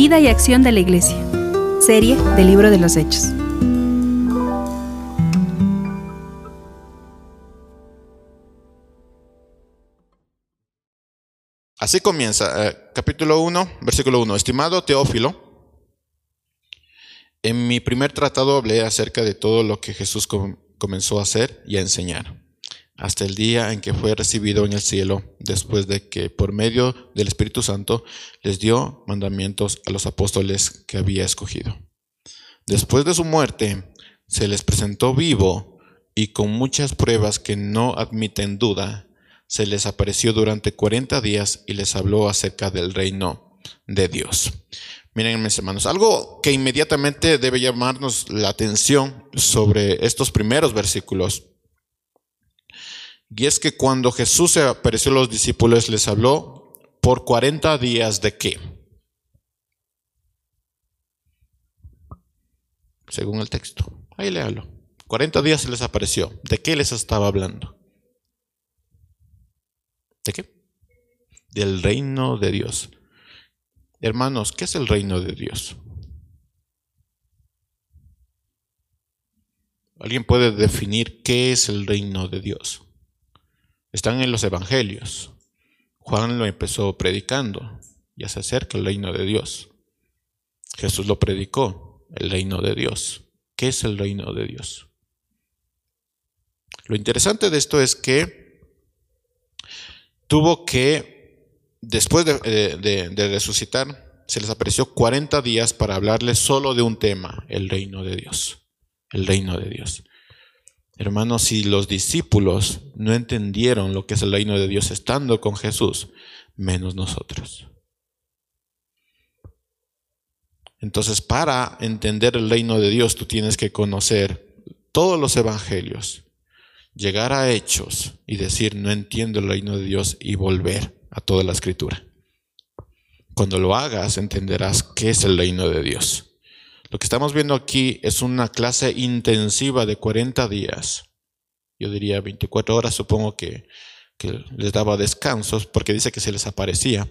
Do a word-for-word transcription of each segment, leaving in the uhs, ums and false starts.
Vida y acción de la Iglesia. Serie del Libro de los Hechos. Así comienza, eh, capítulo uno, versículo uno. Estimado Teófilo, en mi primer tratado hablé acerca de todo lo que Jesús com- comenzó a hacer y a enseñar, hasta el día en que fue recibido en el cielo, después de que por medio del Espíritu Santo les dio mandamientos a los apóstoles que había escogido. Después de su muerte, se les presentó vivo y con muchas pruebas que no admiten duda, se les apareció durante cuarenta días y les habló acerca del reino de Dios. Miren, mis hermanos, algo que inmediatamente debe llamarnos la atención sobre estos primeros versículos, y es que cuando Jesús se apareció a los discípulos, les habló por cuarenta días de ¿qué? Según el texto, ahí léalo. cuarenta días se les apareció. ¿De qué les estaba hablando? ¿De qué? Del reino de Dios. Hermanos, ¿qué es el reino de Dios? ¿Alguien puede definir qué es el reino de Dios? Están en los evangelios. Juan lo empezó predicando. Ya se acerca el reino de Dios. Jesús lo predicó, el reino de Dios. ¿Qué es el reino de Dios? Lo interesante de esto es que tuvo que, después de, de, de resucitar, se les apareció cuarenta días para hablarles solo de un tema, el reino de Dios. El reino de Dios. Hermanos, si los discípulos no entendieron lo que es el reino de Dios estando con Jesús, menos nosotros. Entonces, para entender el reino de Dios, tú tienes que conocer todos los evangelios, llegar a Hechos y decir, no entiendo el reino de Dios, y volver a toda la Escritura. Cuando lo hagas, entenderás qué es el reino de Dios. Lo que estamos viendo aquí es una clase intensiva de cuarenta días. Yo diría veinticuatro horas, supongo que, que les daba descansos, porque dice que se les aparecía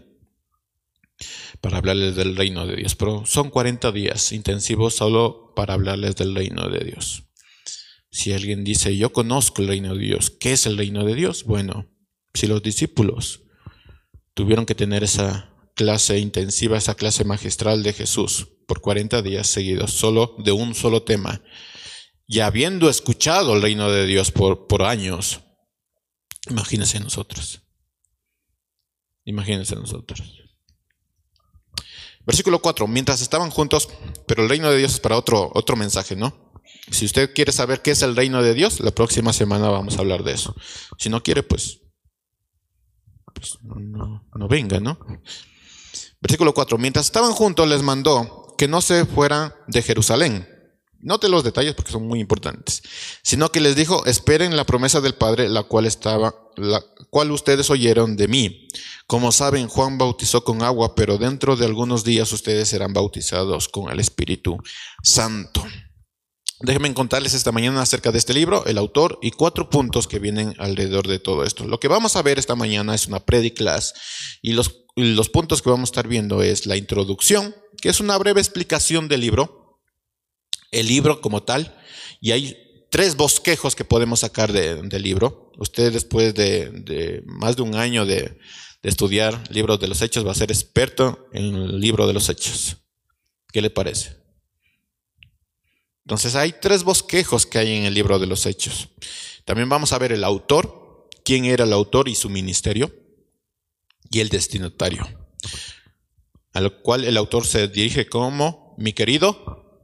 para hablarles del reino de Dios. Pero son cuarenta días intensivos solo para hablarles del reino de Dios. Si alguien dice, yo conozco el reino de Dios, ¿qué es el reino de Dios? Bueno, si los discípulos tuvieron que tener esa clase intensiva, esa clase magistral de Jesús por cuarenta días seguidos, solo de un solo tema, y habiendo escuchado el reino de Dios por, por años, imagínense nosotros. Imagínense nosotros. Versículo cuatro, mientras estaban juntos, pero el reino de Dios es para otro, otro mensaje, ¿no? Si usted quiere saber qué es el reino de Dios, la próxima semana vamos a hablar de eso. Si no quiere, pues, pues no, no venga, ¿no? Versículo cuatro. Mientras estaban juntos, les mandó que no se fueran de Jerusalén. Note los detalles porque son muy importantes. Sino que les dijo, esperen la promesa del Padre, la cual estaba, la cual ustedes oyeron de mí. Como saben, Juan bautizó con agua, pero dentro de algunos días ustedes serán bautizados con el Espíritu Santo. Déjenme contarles esta mañana acerca de este libro, el autor y cuatro puntos que vienen alrededor de todo esto. Lo que vamos a ver esta mañana es una prediclass y los, y los puntos que vamos a estar viendo es la introducción, que es una breve explicación del libro, el libro como tal, y hay tres bosquejos que podemos sacar de, del libro. Usted después de, de más de un año de, de estudiar libros de los Hechos va a ser experto en el libro de los Hechos. ¿Qué le parece? Entonces hay tres bosquejos que hay en el libro de los Hechos. También vamos a ver el autor, quién era el autor y su ministerio, y el destinatario, a lo cual el autor se dirige como mi querido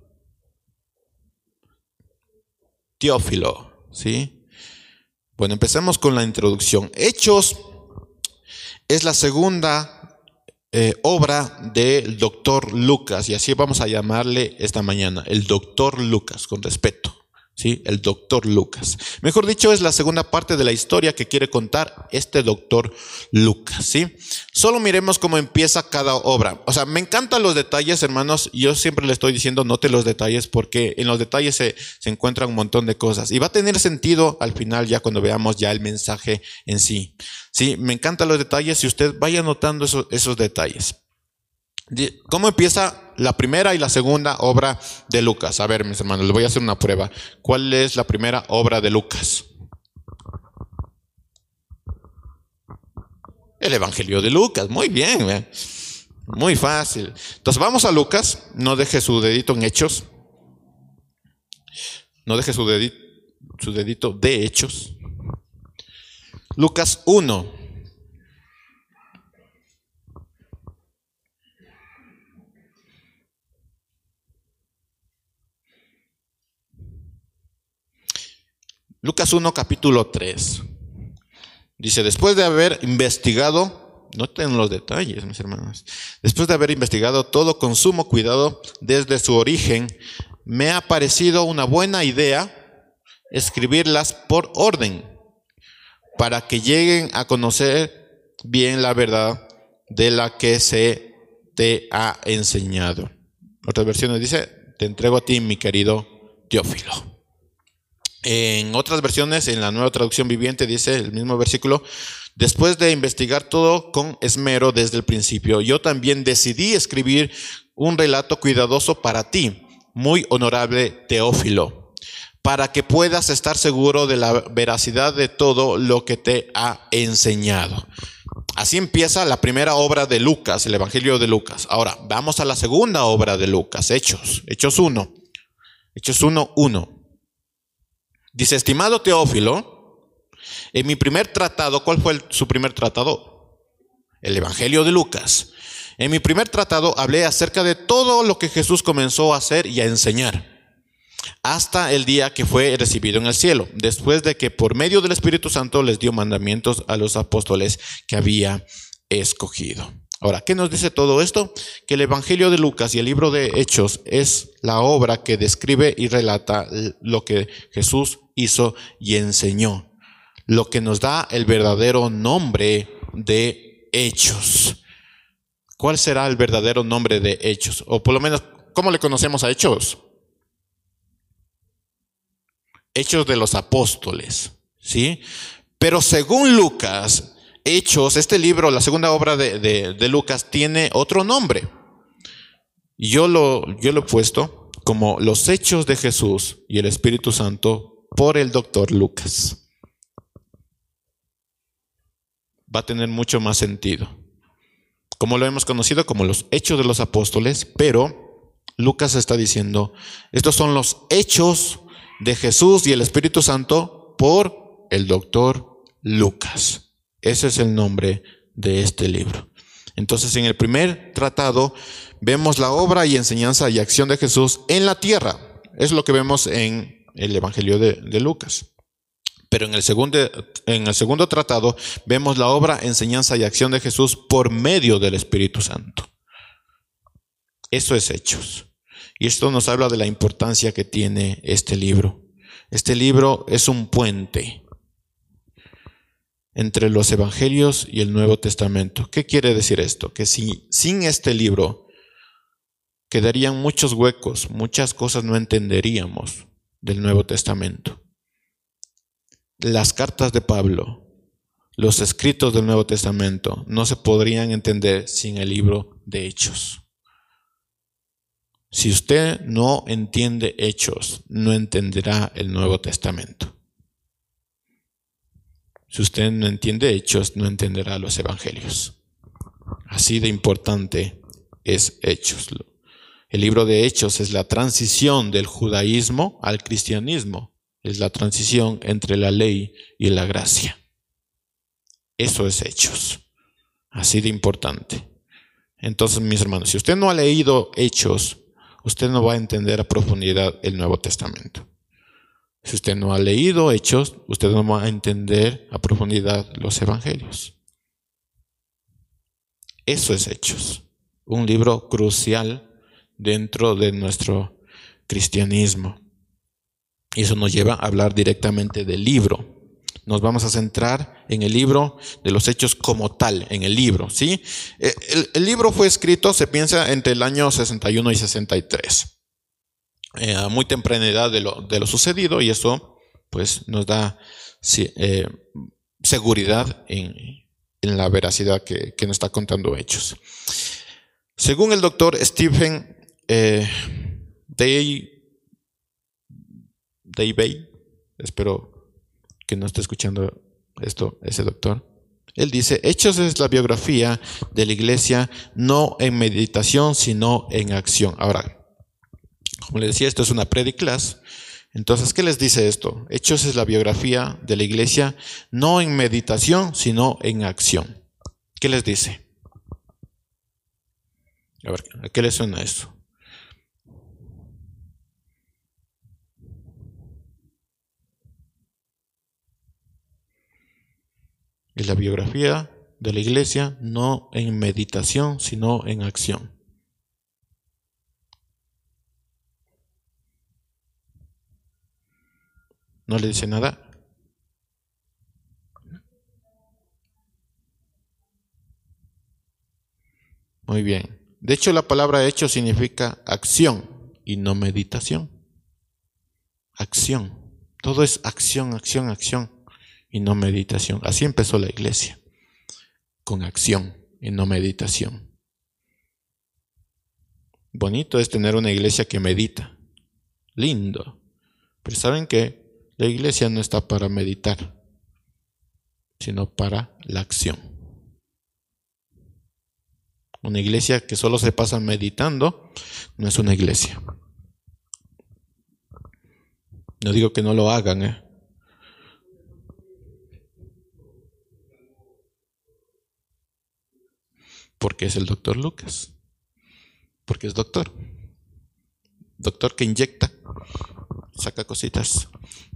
Teófilo, ¿sí? Bueno, empecemos con la introducción. Hechos es la segunda Eh, obra del doctor Lucas, y así vamos a llamarle esta mañana, el doctor Lucas, con respeto, ¿sí? El doctor Lucas. Mejor dicho, es la segunda parte de la historia que quiere contar este doctor Lucas, ¿sí? Solo miremos cómo empieza cada obra. O sea, me encantan los detalles, hermanos. Yo siempre le estoy diciendo, note los detalles, porque en los detalles se, se encuentran un montón de cosas. Y va a tener sentido al final, ya cuando veamos ya el mensaje en sí. Sí, me encantan los detalles y usted vaya notando esos, esos detalles. ¿Cómo empieza la primera y la segunda obra de Lucas? A ver, mis hermanos, les voy a hacer una prueba. ¿Cuál es la primera obra de Lucas? El Evangelio de Lucas. Muy bien, ¿eh? Muy fácil. Entonces vamos a Lucas. No deje su dedito en Hechos. No deje su dedito, su dedito de Hechos. Lucas uno. Lucas uno, capítulo tres. Dice, después de haber investigado, noten los detalles, mis hermanos, después de haber investigado todo con sumo cuidado desde su origen, me ha parecido una buena idea escribirlas por orden, para que lleguen a conocer bien la verdad de la que se te ha enseñado. Otras versiones dice, te entrego a ti, mi querido Teófilo. En otras versiones, en la Nueva Traducción Viviente, dice el mismo versículo, después de investigar todo con esmero desde el principio, yo también decidí escribir un relato cuidadoso para ti, muy honorable Teófilo, para que puedas estar seguro de la veracidad de todo lo que te ha enseñado. Así empieza la primera obra de Lucas, el Evangelio de Lucas. Ahora, vamos a la segunda obra de Lucas, Hechos, Hechos uno. Hechos uno, uno. Dice, estimado Teófilo, en mi primer tratado, ¿cuál fue el, su primer tratado? El Evangelio de Lucas. En mi primer tratado hablé acerca de todo lo que Jesús comenzó a hacer y a enseñar, hasta el día que fue recibido en el cielo, después de que por medio del Espíritu Santo les dio mandamientos a los apóstoles que había escogido. Ahora, ¿qué nos dice todo esto? Que el Evangelio de Lucas y el libro de Hechos es la obra que describe y relata lo que Jesús hizo y enseñó, lo que nos da el verdadero nombre de Hechos. ¿Cuál será el verdadero nombre de Hechos? O por lo menos, ¿cómo le conocemos a Hechos? Hechos de los apóstoles, ¿sí? Pero según Lucas, Hechos, este libro, la segunda obra de, de, de Lucas, tiene otro nombre. Yo lo, yo lo he puesto como los Hechos de Jesús y el Espíritu Santo por el doctor Lucas. Va a tener mucho más sentido. Como lo hemos conocido como los Hechos de los Apóstoles, pero Lucas está diciendo, estos son los Hechos de Jesús y el Espíritu Santo por el doctor Lucas. Ese es el nombre de este libro. Entonces, en el primer tratado vemos la obra y enseñanza y acción de Jesús en la tierra. Es lo que vemos en el Evangelio de, de Lucas. Pero en el, segundo, en el segundo tratado vemos la obra, enseñanza y acción de Jesús por medio del Espíritu Santo. Eso es Hechos. Y esto nos habla de la importancia que tiene este libro. Este libro es un puente entre los Evangelios y el Nuevo Testamento. ¿Qué quiere decir esto? Que si, sin este libro quedarían muchos huecos, muchas cosas no entenderíamos del Nuevo Testamento. Las cartas de Pablo, los escritos del Nuevo Testamento no se podrían entender sin el libro de Hechos. Si usted no entiende Hechos, no entenderá el Nuevo Testamento. Si usted no entiende Hechos, no entenderá los Evangelios. Así de importante es Hechos. El libro de Hechos es la transición del judaísmo al cristianismo. Es la transición entre la ley y la gracia. Eso es Hechos. Así de importante. Entonces, mis hermanos, si usted no ha leído Hechos, usted no va a entender a profundidad el Nuevo Testamento. Si usted no ha leído Hechos, usted no va a entender a profundidad los Evangelios. Eso es Hechos, un libro crucial dentro de nuestro cristianismo. Y eso nos lleva a hablar directamente del libro. Nos vamos a centrar en el libro de los Hechos como tal, en el libro, ¿sí? El, el libro fue escrito, se piensa, entre el año sesenta y uno y sesenta y tres. Eh, a muy temprana edad de lo, de lo sucedido, y eso pues nos da sí, eh, seguridad en, en la veracidad que, que nos está contando Hechos. Según el doctor Stephen eh, Day, Daybay, espero que no esté escuchando esto, ese doctor, él dice: Hechos es la biografía de la iglesia, no en meditación, sino en acción. Ahora, como les decía, esto es una prediclass. Entonces, ¿qué les dice esto? Hechos es la biografía de la iglesia, no en meditación, sino en acción. ¿Qué les dice? A ver, ¿a qué les suena esto? Es la biografía de la iglesia, no en meditación, sino en acción. ¿No le dice nada? Muy bien. De hecho, la palabra hecho significa acción y no meditación. Acción. Todo es acción, acción, acción y no meditación. Así empezó la iglesia, con acción y no meditación. Bonito es tener una iglesia que medita. Lindo. Pero ¿saben qué? La iglesia no está para meditar, sino para la acción. Una iglesia que solo se pasa meditando no es una iglesia. No digo que no lo hagan, ¿eh? Porque es el doctor Lucas. Porque es doctor. Doctor que inyecta, saca cositas.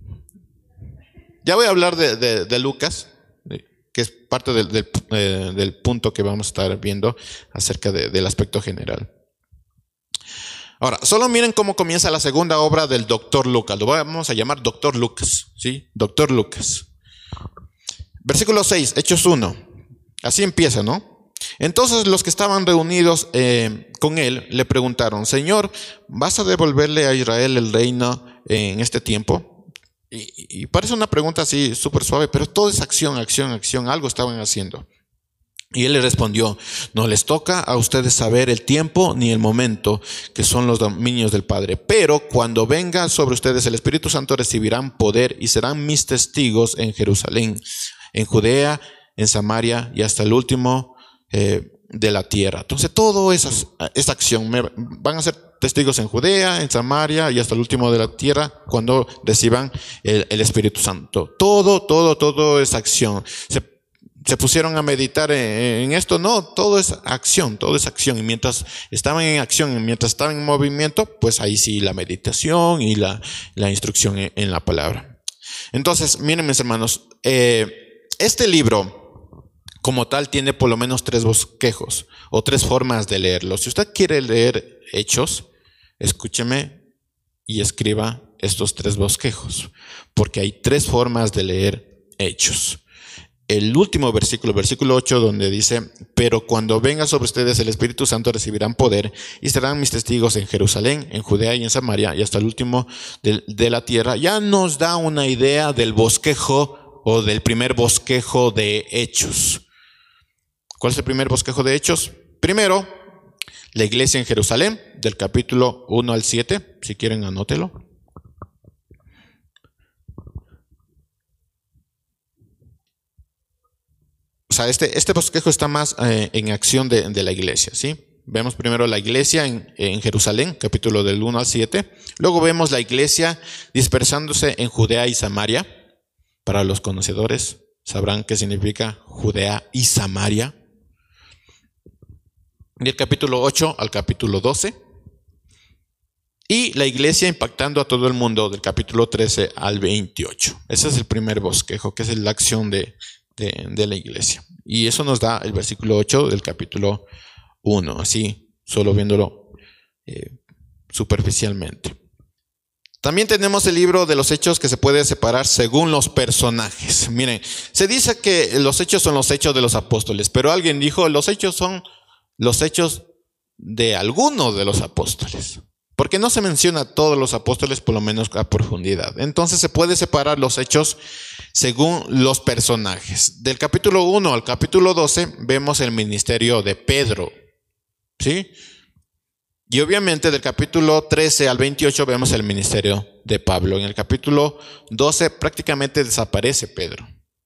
Ya voy a hablar de, de, de Lucas, que es parte del, del, eh, del punto que vamos a estar viendo acerca de, del aspecto general. Ahora, solo miren cómo comienza la segunda obra del doctor Lucas. Lo vamos a llamar doctor Lucas, ¿sí? Doctor Lucas. Versículo seis, Hechos uno. Así empieza, ¿no? Entonces los que estaban reunidos eh, con él le preguntaron: Señor, ¿vas a devolverle a Israel el reino en este tiempo? Y, y parece una pregunta así súper suave, pero todo es acción, acción, acción. Algo estaban haciendo. Y él le respondió: no les toca a ustedes saber el tiempo ni el momento que son los dominios del Padre. Pero cuando venga sobre ustedes el Espíritu Santo, recibirán poder y serán mis testigos en Jerusalén, en Judea, en Samaria y hasta el último eh, de la tierra. Entonces todo esa, esa acción, me, van a ser testigos en Judea, en Samaria y hasta el último de la tierra cuando reciban el, el Espíritu Santo. Todo, todo, todo es acción. Se, se pusieron a meditar en, en esto, no, todo es acción, todo es acción. Y mientras estaban en acción, y mientras estaban en movimiento, pues ahí sí la meditación y la, la instrucción en, en la palabra. Entonces, miren mis hermanos, eh, este libro como tal tiene por lo menos tres bosquejos o tres formas de leerlo. Si usted quiere leer Hechos, escúcheme y escriba estos tres bosquejos, porque hay tres formas de leer Hechos. El último versículo, versículo ocho, donde dice: pero cuando venga sobre ustedes el Espíritu Santo, recibirán poder y serán mis testigos en Jerusalén, en Judea y en Samaria y hasta el último de, de la tierra. Ya nos da una idea del bosquejo o del primer bosquejo de Hechos. ¿Cuál es el primer bosquejo de Hechos? Primero, la iglesia en Jerusalén, del capítulo uno al siete, si quieren anótelo. O sea, este, este bosquejo está más eh, en acción de, de la iglesia, ¿sí? Vemos primero la iglesia en, en Jerusalén, capítulo del uno al siete. Luego vemos la iglesia dispersándose en Judea y Samaria. Para los conocedores sabrán qué significa Judea y Samaria. Del capítulo ocho al capítulo doce. Y la iglesia impactando a todo el mundo, del capítulo trece al veintiocho. Ese es el primer bosquejo, que es la acción de, de, de la iglesia. Y eso nos da el versículo ocho del capítulo uno, así, solo viéndolo eh, superficialmente. También tenemos el libro de los Hechos, que se puede separar según los personajes. Miren, se dice que los Hechos son los hechos de los apóstoles, pero alguien dijo: los Hechos son los hechos de algunos de los apóstoles, porque no se menciona a todos los apóstoles, por lo menos a profundidad. Entonces se puede separar los hechos según los personajes. Del capítulo uno al capítulo doce vemos el ministerio de Pedro, ¿sí? Y obviamente del capítulo trece al veintiocho vemos el ministerio de Pablo. En el capítulo doce prácticamente desaparece Pedro.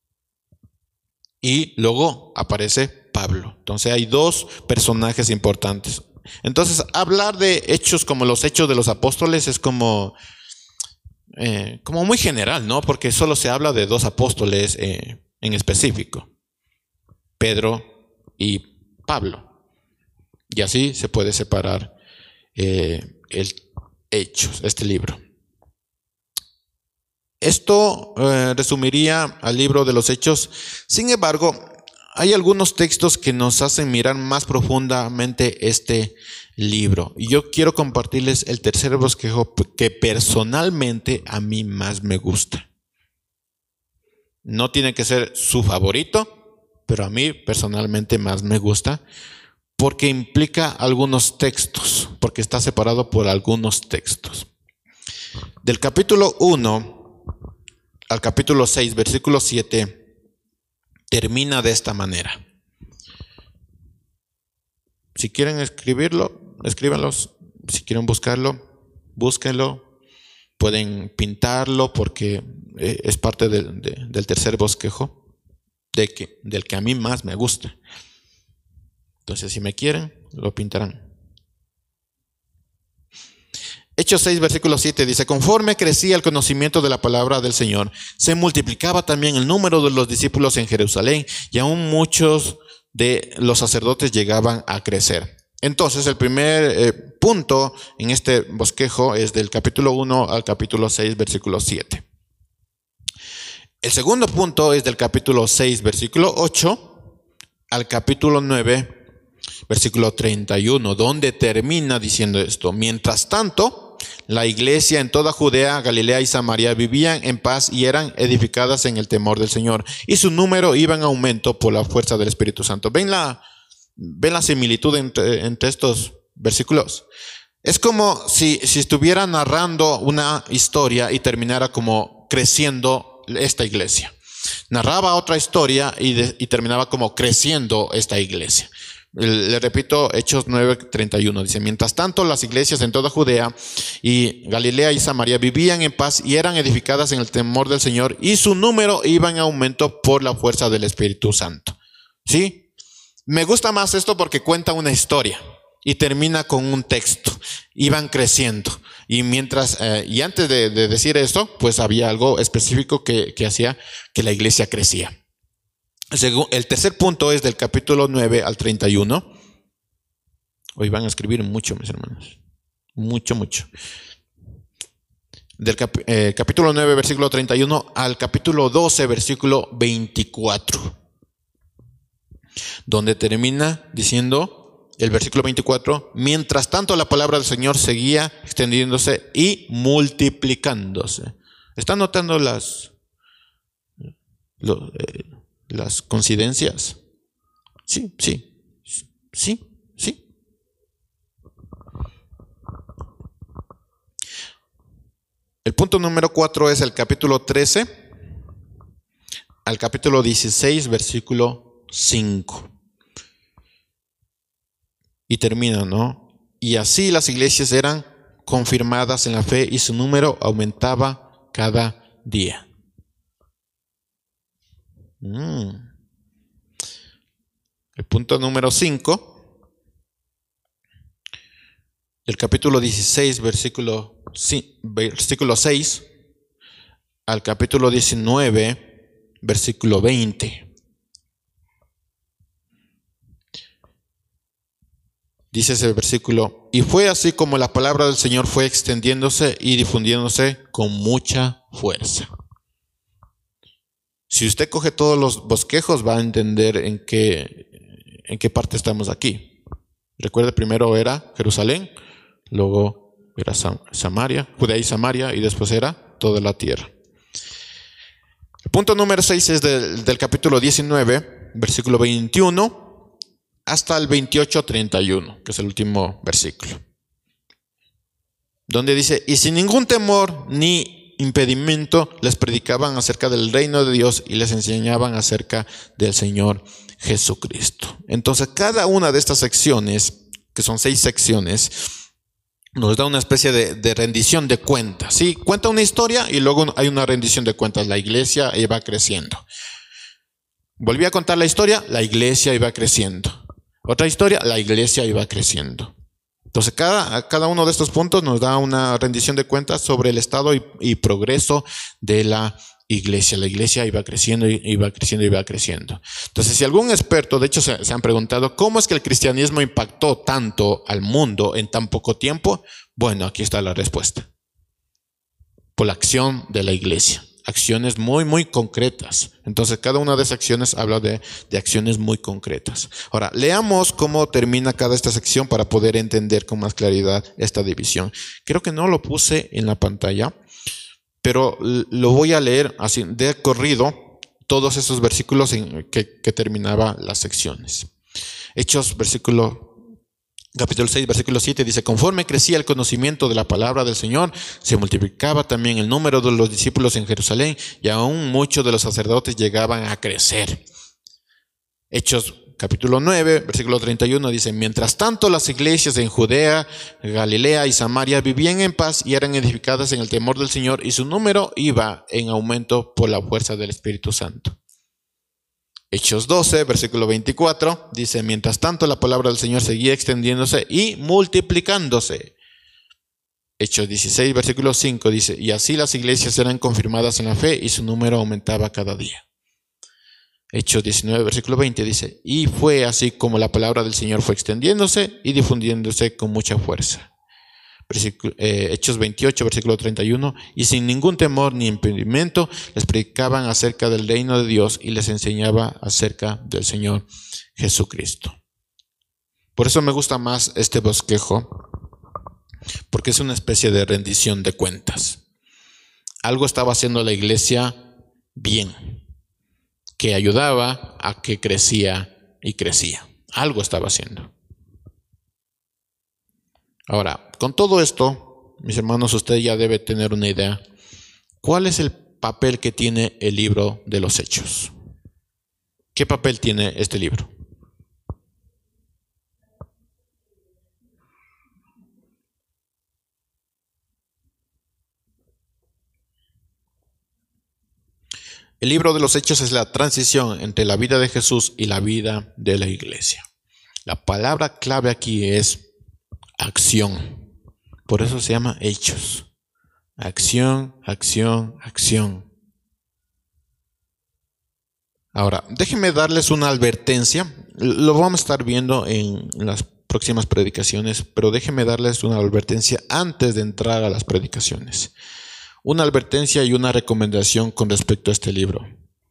Y luego aparece Pablo. Entonces hay dos personajes importantes. Entonces hablar de hechos como los hechos de los apóstoles es como, eh, como muy general, ¿no? Porque solo se habla de dos apóstoles eh, en específico. Pedro y Pablo. Y así se puede separar eh, el Hechos, este libro. Esto eh, resumiría al libro de los Hechos. Sin embargo, hay algunos textos que nos hacen mirar más profundamente este libro. Y yo quiero compartirles el tercer bosquejo que personalmente a mí más me gusta. No tiene que ser su favorito, pero a mí personalmente más me gusta porque implica algunos textos, porque está separado por algunos textos. Del capítulo uno al capítulo seis, versículo siete, termina de esta manera. Si quieren escribirlo, escríbanlos. Si quieren buscarlo, búsquenlo. Pueden pintarlo porque es parte de, de, del tercer bosquejo, de que, del que a mí más me gusta. Entonces, si me quieren, lo pintarán. Hechos seis, versículo siete dice: conforme crecía el conocimiento de la palabra del Señor, se multiplicaba también el número de los discípulos en Jerusalén, y aún muchos de los sacerdotes llegaban a crecer. Entonces, el primer eh, punto en este bosquejo es del capítulo uno al capítulo seis, versículo siete. El segundo punto es del capítulo seis, versículo ocho al capítulo nueve, versículo treinta y uno, donde termina diciendo esto: mientras tanto, la iglesia en toda Judea, Galilea y Samaria vivían en paz y eran edificadas en el temor del Señor, y su número iba en aumento por la fuerza del Espíritu Santo. ¿Ven la, ven la similitud entre, entre estos versículos? Es como si, si estuviera narrando una historia y terminara como creciendo esta iglesia. Narraba otra historia y, de, y terminaba como creciendo esta iglesia. Le repito, Hechos nueve, treinta y uno dice: mientras tanto, las iglesias en toda Judea y Galilea y Samaria vivían en paz y eran edificadas en el temor del Señor, y su número iba en aumento por la fuerza del Espíritu Santo. ¿Sí? Me gusta más esto porque cuenta una historia y termina con un texto. Iban creciendo. Y mientras, eh, y antes de, de decir esto, pues había algo específico que, que hacía que la iglesia crecía. El tercer punto es del capítulo nueve al treinta y uno. Hoy van a escribir mucho, mis hermanos. Mucho, mucho. Del cap, eh, capítulo nueve, versículo treinta y uno al capítulo doce, versículo veinticuatro. Donde termina diciendo el versículo veinticuatro: mientras tanto la palabra del Señor seguía extendiéndose y multiplicándose. ¿Están notando las... Lo, eh, las coincidencias? Sí, sí, sí, sí. El punto número cuatro es el capítulo trece al capítulo dieciséis, versículo cinco. Y termina, ¿no? Y así las iglesias eran confirmadas en la fe y su número aumentaba cada día. Mm. El punto número cinco, del capítulo dieciséis, versículo, versículo seis, al capítulo diecinueve, versículo veinte. Dice ese versículo: y fue así como la palabra del Señor fue extendiéndose y difundiéndose con mucha fuerza. Si usted coge todos los bosquejos, va a entender en qué, en qué parte estamos aquí. Recuerde, primero era Jerusalén, luego era Sam, Samaria, Judea y Samaria, y después era toda la tierra. El punto número seis es del, del capítulo diecinueve, versículo veintiuno, hasta el veintiocho, treinta y uno, que es el último versículo. Donde dice: y sin ningún temor ni impedimento les predicaban acerca del reino de Dios y les enseñaban acerca del Señor Jesucristo. Entonces, cada una de estas secciones que son seis secciones, nos da una especie de, de rendición de cuentas. ¿Sí? Cuenta una historia y luego hay una rendición de cuentas. La iglesia iba creciendo. Volví a contar la historia, la iglesia iba creciendo. Otra historia, la iglesia iba creciendo. Entonces, cada, cada uno de estos puntos nos da una rendición de cuentas sobre el estado y, y progreso de la iglesia. La iglesia iba creciendo, iba creciendo, iba creciendo. Entonces, si algún experto, de hecho se, se han preguntado, ¿cómo es que el cristianismo impactó tanto al mundo en tan poco tiempo? Bueno, aquí está la respuesta. Por la acción de la iglesia. Acciones muy, muy concretas. Entonces, cada una de esas acciones habla de, de acciones muy concretas. Ahora, leamos cómo termina cada esta sección para poder entender con más claridad esta división. Creo que no lo puse en la pantalla, pero lo voy a leer así de corrido, todos esos versículos en que, que terminaba las secciones. Hechos, versículo Capítulo seis, versículo siete dice: conforme crecía el conocimiento de la palabra del Señor, se multiplicaba también el número de los discípulos en Jerusalén, y aún muchos de los sacerdotes llegaban a crecer. Hechos capítulo nueve, versículo treinta y uno dice: mientras tanto las iglesias en Judea, Galilea y Samaria vivían en paz y eran edificadas en el temor del Señor, y su número iba en aumento por la fuerza del Espíritu Santo. Hechos doce, versículo veinticuatro, dice: mientras tanto la palabra del Señor seguía extendiéndose y multiplicándose. Hechos dieciséis, versículo cinco, dice: y así las iglesias eran confirmadas en la fe y su número aumentaba cada día. Hechos diecinueve, versículo veinte, dice: y fue así como la palabra del Señor fue extendiéndose y difundiéndose con mucha fuerza. Versículo, eh, Hechos veintiocho, versículo treinta y uno, y sin ningún temor ni impedimento les predicaban acerca del reino de Dios y les enseñaba acerca del Señor Jesucristo. Por eso me gusta más este bosquejo, porque es una especie de rendición de cuentas. Algo estaba haciendo la iglesia bien, que ayudaba a que crecía y crecía. Algo estaba haciendo. Ahora, con todo esto, mis hermanos, usted ya debe tener una idea. ¿Cuál es el papel que tiene el libro de los Hechos? ¿Qué papel tiene este libro? El libro de los Hechos es la transición entre la vida de Jesús y la vida de la iglesia. La palabra clave aquí es acción. Por eso se llama Hechos. Acción, acción, acción. Ahora, déjenme darles una advertencia. Lo vamos a estar viendo en las próximas predicaciones, pero déjenme darles una advertencia antes de entrar a las predicaciones. Una advertencia y una recomendación con respecto a este libro.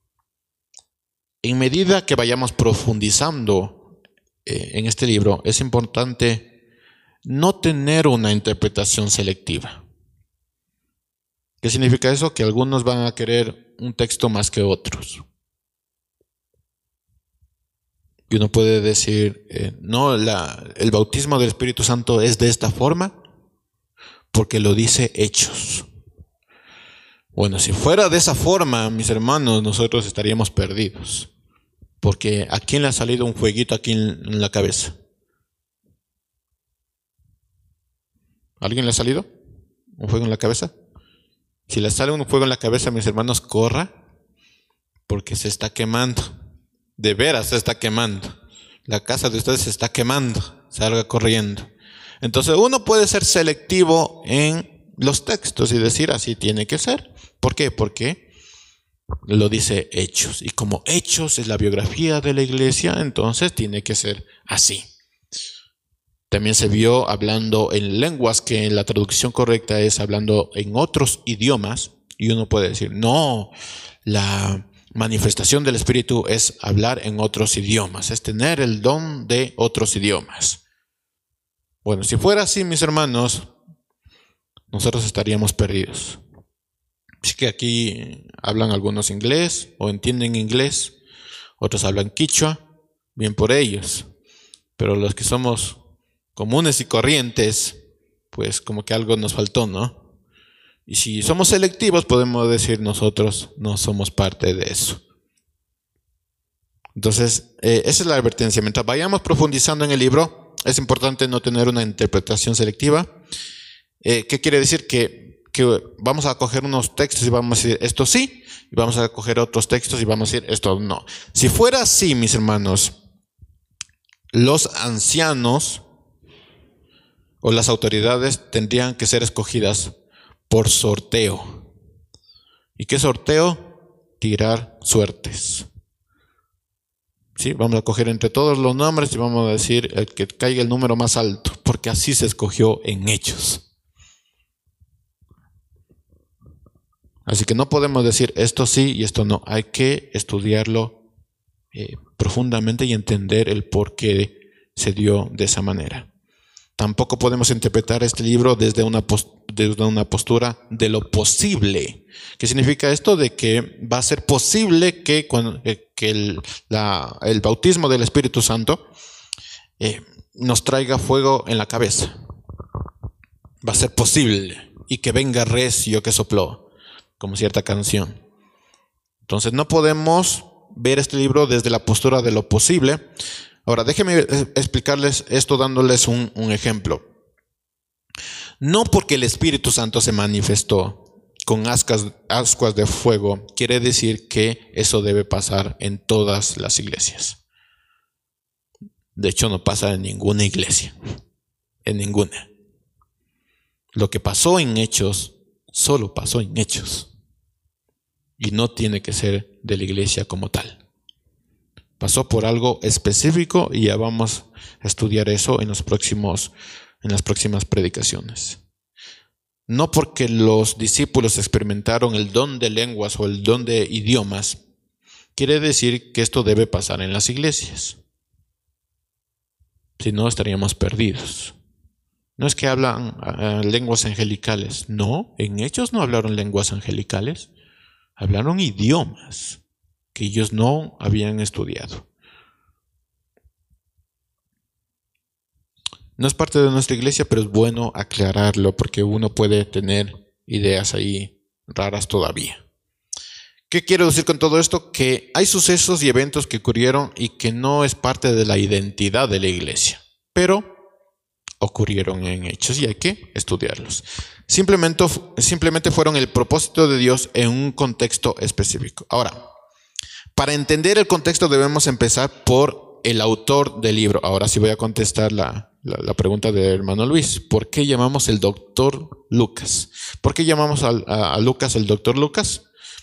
En medida que vayamos profundizando eh, en este libro, es importante no tener una interpretación selectiva. ¿Qué significa eso? Que algunos van a querer un texto más que otros. Y uno puede decir, eh, no, la, el bautismo del Espíritu Santo es de esta forma, porque lo dice Hechos. Bueno, si fuera de esa forma, mis hermanos, nosotros estaríamos perdidos. Porque ¿a quién le ha salido un fueguito aquí en, en la cabeza? ¿A alguien le ha salido un fuego en la cabeza? Si le sale un fuego en la cabeza, mis hermanos, corra, porque se está quemando. De veras se está quemando. La casa de ustedes se está quemando. Salga corriendo. Entonces uno puede ser selectivo en los textos y decir así tiene que ser. ¿Por qué? Porque lo dice Hechos. Y como Hechos es la biografía de la iglesia, entonces tiene que ser así. También se vio hablando en lenguas que la traducción correcta es hablando en otros idiomas. Y uno puede decir, no, la manifestación del Espíritu es hablar en otros idiomas, es tener el don de otros idiomas. Bueno, si fuera así, mis hermanos, nosotros estaríamos perdidos. Así que aquí hablan algunos inglés o entienden inglés, otros hablan quichua, bien por ellos. Pero los que somos comunes y corrientes, pues como que algo nos faltó, ¿no? Y si somos selectivos, podemos decir nosotros no somos parte de eso. Entonces, eh, esa es la advertencia. Mientras vayamos profundizando en el libro, es importante no tener una interpretación selectiva. Eh, ¿Qué quiere decir? Que, que vamos a coger unos textos y vamos a decir esto sí, y vamos a coger otros textos y vamos a decir esto no. Si fuera así, mis hermanos, los ancianos o las autoridades tendrían que ser escogidas por sorteo. ¿Y qué sorteo? Tirar suertes. ¿Sí? Vamos a coger entre todos los nombres y vamos a decir el que caiga el número más alto, porque así se escogió en Hechos. Así que no podemos decir esto sí y esto no. Hay que estudiarlo eh, profundamente y entender el por qué se dio de esa manera. Tampoco podemos interpretar este libro desde una, post desde una postura de lo posible. ¿Qué significa esto? De que va a ser posible que, cuando, eh, que el, la, el bautismo del Espíritu Santo eh, nos traiga fuego en la cabeza. Va a ser posible. Y que venga recio que sopló, como cierta canción. Entonces no podemos ver este libro desde la postura de lo posible. Ahora, déjenme explicarles esto dándoles un, un ejemplo. No porque el Espíritu Santo se manifestó con ascuas, ascuas de fuego, quiere decir que eso debe pasar en todas las iglesias. De hecho, no pasa en ninguna iglesia, en ninguna. Lo que pasó en Hechos, solo pasó en Hechos. Y no tiene que ser de la iglesia como tal. Pasó por algo específico y ya vamos a estudiar eso en los próximos, en las próximas predicaciones. No porque los discípulos experimentaron el don de lenguas o el don de idiomas, quiere decir que esto debe pasar en las iglesias. Si no, estaríamos perdidos. No es que hablan uh, lenguas angelicales. No, en Hechos no hablaron lenguas angelicales. Hablaron idiomas que ellos no habían estudiado. No es parte de nuestra iglesia, pero es bueno aclararlo porque uno puede tener ideas ahí raras todavía. ¿Qué quiero decir con todo esto? Que hay sucesos y eventos que ocurrieron y que no es parte de la identidad de la iglesia, pero ocurrieron en Hechos y hay que estudiarlos. Simplemente, simplemente fueron el propósito de Dios en un contexto específico. Ahora, para entender el contexto debemos empezar por el autor del libro. Ahora sí voy a contestar la, la, la pregunta del hermano Luis. ¿Por qué llamamos el doctor Lucas? ¿Por qué llamamos a, a, a Lucas el doctor Lucas?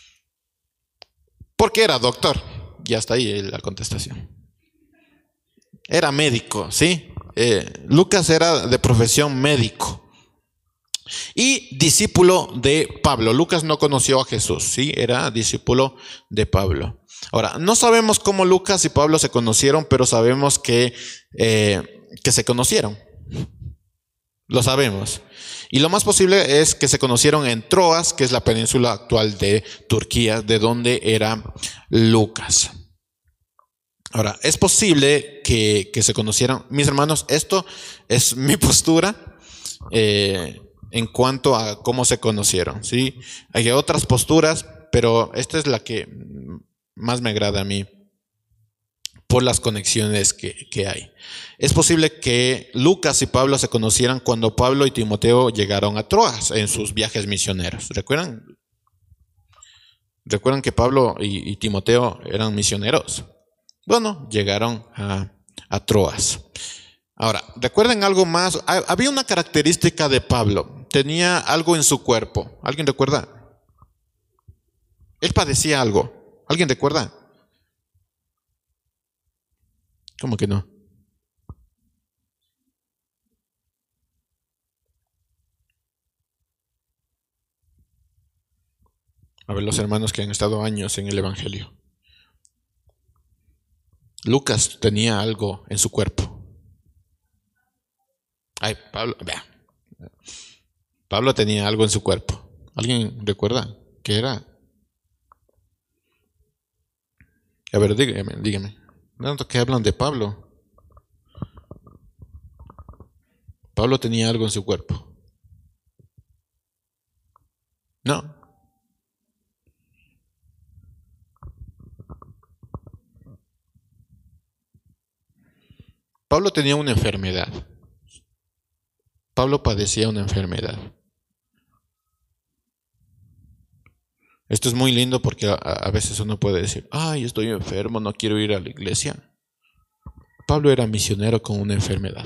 Porque era doctor. Ya está ahí la contestación. Era médico, ¿sí? Eh, Lucas era de profesión médico. Y discípulo de Pablo. Lucas no conoció a Jesús, ¿sí? Era discípulo de Pablo. Ahora, no sabemos cómo Lucas y Pablo se conocieron, pero sabemos que, eh, que se conocieron. Lo sabemos. Y lo más posible es que se conocieron en Troas, que es la península actual de Turquía, de donde era Lucas. Ahora, es posible que, que se conocieran. Mis hermanos, esto es mi postura. Eh, en cuanto a cómo se conocieron, ¿sí? Hay otras posturas, pero esta es la que más me agrada a mí por las conexiones que, que hay. Es posible que Lucas y Pablo se conocieran cuando Pablo y Timoteo llegaron a Troas en sus viajes misioneros. ¿Recuerdan? ¿Recuerdan que Pablo y, y Timoteo eran misioneros? Bueno, llegaron a, a Troas. Ahora, recuerden algo más. Había una característica de Pablo. Tenía algo en su cuerpo. ¿Alguien recuerda? Él padecía algo. ¿Alguien recuerda? ¿Cómo que no? A ver, los hermanos que han estado años en el Evangelio. Lucas tenía algo en su cuerpo. Ay, Pablo, vea. Pablo tenía algo en su cuerpo. ¿Alguien recuerda qué era? A ver, dígame, dígame. Tanto que hablan de Pablo. Pablo tenía algo en su cuerpo. No. Pablo tenía una enfermedad. Pablo padecía una enfermedad. Esto es muy lindo porque a, a veces uno puede decir, ay, estoy enfermo, no quiero ir a la iglesia. Pablo era misionero con una enfermedad.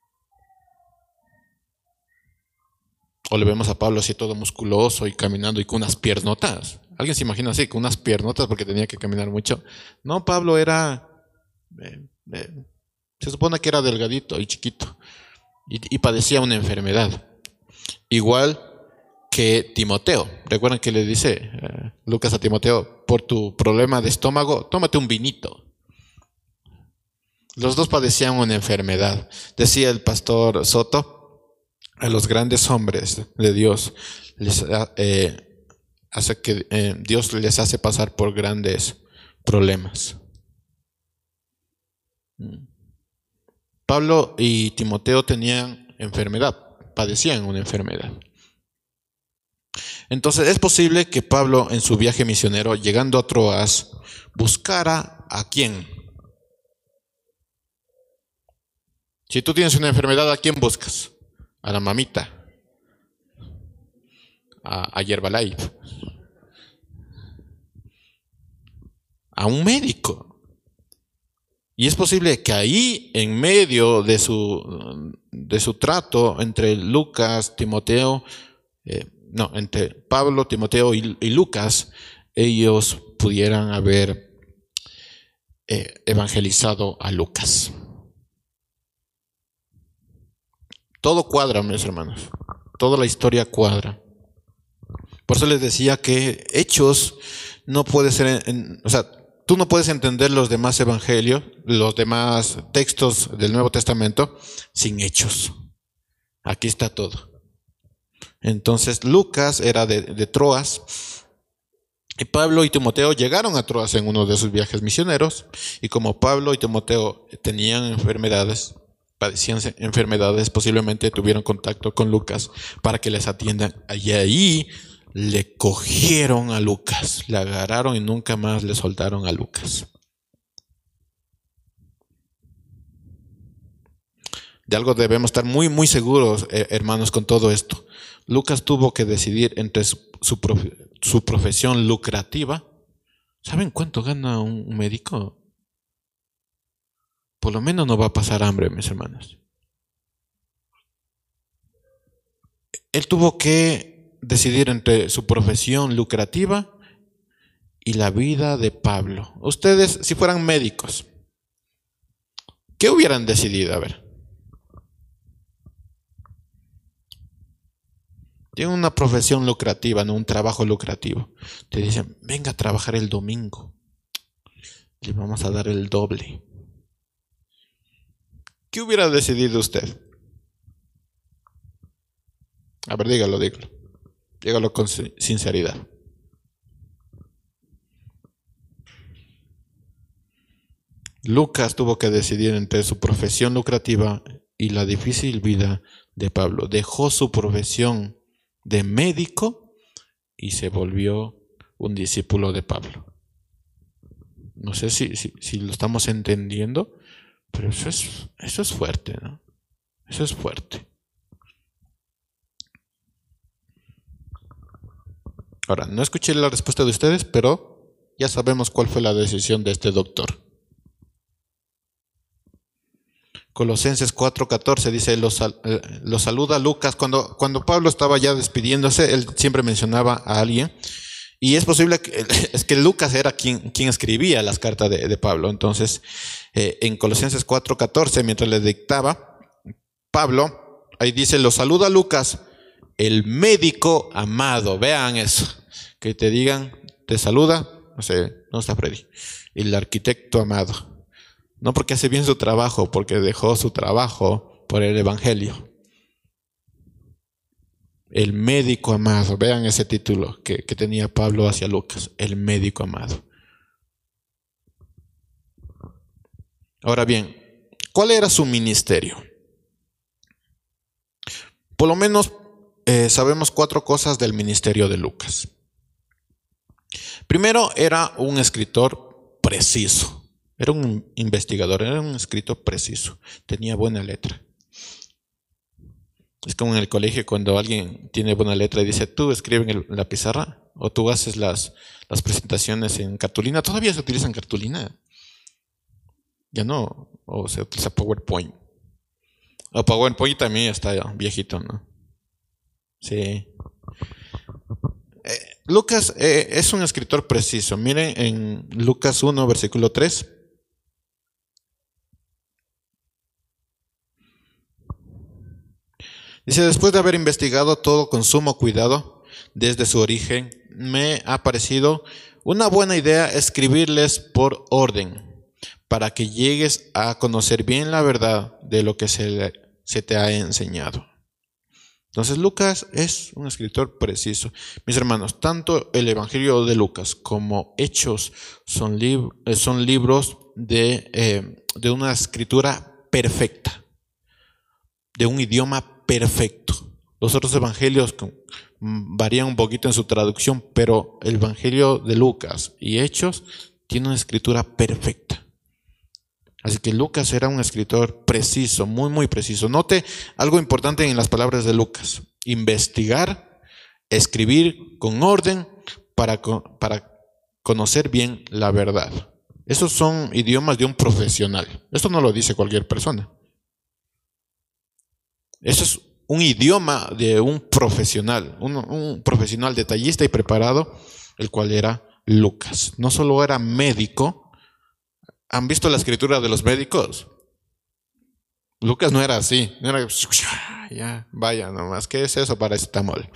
O le vemos a Pablo así todo musculoso y caminando y con unas piernotas. ¿Alguien se imagina así, con unas piernotas porque tenía que caminar mucho? No, Pablo era, eh, eh, se supone que era delgadito y chiquito y, y padecía una enfermedad. Igual que Timoteo. ¿Recuerdan que le dice eh, Lucas a Timoteo, por tu problema de estómago, tómate un vinito? Los dos padecían una enfermedad. Decía el pastor Soto, a los grandes hombres de Dios les eh, hace que eh, Dios les hace pasar por grandes problemas. Pablo y Timoteo tenían enfermedad, padecían una enfermedad. Entonces es posible que Pablo en su viaje misionero, llegando a Troas, buscara a quién. Si tú tienes una enfermedad, ¿a quién buscas? A la mamita, a, a Herbalife, a un médico. Y es posible que ahí, en medio de su, de su trato entre Lucas, Timoteo, eh, no, entre Pablo, Timoteo y, y Lucas, ellos pudieran haber eh, evangelizado a Lucas. Todo cuadra, mis hermanos. Toda la historia cuadra. Por eso les decía que Hechos no puede ser, en, en, o sea, tú no puedes entender los demás evangelios, los demás textos del Nuevo Testamento sin Hechos. Aquí está todo. Entonces Lucas era de, de Troas y Pablo y Timoteo llegaron a Troas en uno de sus viajes misioneros, y como Pablo y Timoteo tenían enfermedades, padecían enfermedades, posiblemente tuvieron contacto con Lucas para que les atiendan. Y ahí le cogieron a Lucas, le agarraron y nunca más le soltaron a Lucas. De algo debemos estar muy, muy seguros, eh, hermanos, con todo esto. Lucas tuvo que decidir entre su, su, profe, su profesión lucrativa. ¿Saben cuánto gana un médico? Por lo menos no va a pasar hambre, mis hermanos. Él tuvo que decidir entre su profesión lucrativa y la vida de Pablo. Ustedes, si fueran médicos, ¿qué hubieran decidido? A ver. Tienen una profesión lucrativa, no un trabajo lucrativo. Te dicen, venga a trabajar el domingo. Le vamos a dar el doble. ¿Qué hubiera decidido usted? A ver, dígalo, dígalo. Dígalo con sinceridad. Lucas tuvo que decidir entre su profesión lucrativa y la difícil vida de Pablo. Dejó su profesión de médico y se volvió un discípulo de Pablo. No sé si, si, si lo estamos entendiendo, pero eso es, eso es fuerte, ¿no? Eso es fuerte. Ahora, no escuché la respuesta de ustedes, pero ya sabemos cuál fue la decisión de este doctor. Colosenses cuatro catorce dice, lo, sal, eh, lo saluda Lucas. Cuando, cuando Pablo estaba ya despidiéndose, él siempre mencionaba a alguien. Y es posible que, es que Lucas era quien, quien escribía las cartas de, de Pablo. Entonces, eh, en Colosenses cuatro catorce, mientras le dictaba, Pablo, ahí dice, lo saluda Lucas, el médico amado. Vean eso. Que te digan, te saluda, no sé, no está Freddy, el arquitecto amado. No porque hace bien su trabajo, porque dejó su trabajo por el evangelio. El médico amado. Vean ese título que, que tenía Pablo hacia Lucas. El médico amado. Ahora bien, ¿cuál era su ministerio? Por lo menos eh, sabemos cuatro cosas del ministerio de Lucas. Primero, era un escritor preciso. Era un investigador, era un escritor preciso, tenía buena letra. Es como en el colegio cuando alguien tiene buena letra y dice, tú escribe en el- la pizarra o tú haces las, las presentaciones en cartulina. Todavía se utilizan cartulina. Ya no, o se utiliza PowerPoint. O PowerPoint también está ya viejito, ¿no? Sí. Eh, Lucas eh, es un escritor preciso. Miren en Lucas uno, versículo tres. Dice, después de haber investigado todo con sumo cuidado desde su origen, me ha parecido una buena idea escribirles por orden, para que llegues a conocer bien la verdad de lo que se, le- se te ha enseñado. Entonces Lucas es un escritor preciso. Mis hermanos, tanto el Evangelio de Lucas como Hechos son, lib- eh, son libros de, eh, de una escritura perfecta, de un idioma perfecto. Los otros evangelios con- mm, varían un poquito en su traducción, pero el Evangelio de Lucas y Hechos tiene una escritura perfecta. Así que Lucas era un escritor preciso, muy, muy preciso. Note algo importante en las palabras de Lucas: investigar, escribir con orden para, co- para conocer bien la verdad. Esos son idiomas de un profesional. Esto no lo dice cualquier persona. Eso es un idioma de un profesional, un, un profesional detallista y preparado, el cual era Lucas. No solo era médico. ¿Han visto la escritura de los médicos? Lucas no era así. No era, ya, vaya nomás, ¿qué es eso? Paracetamol.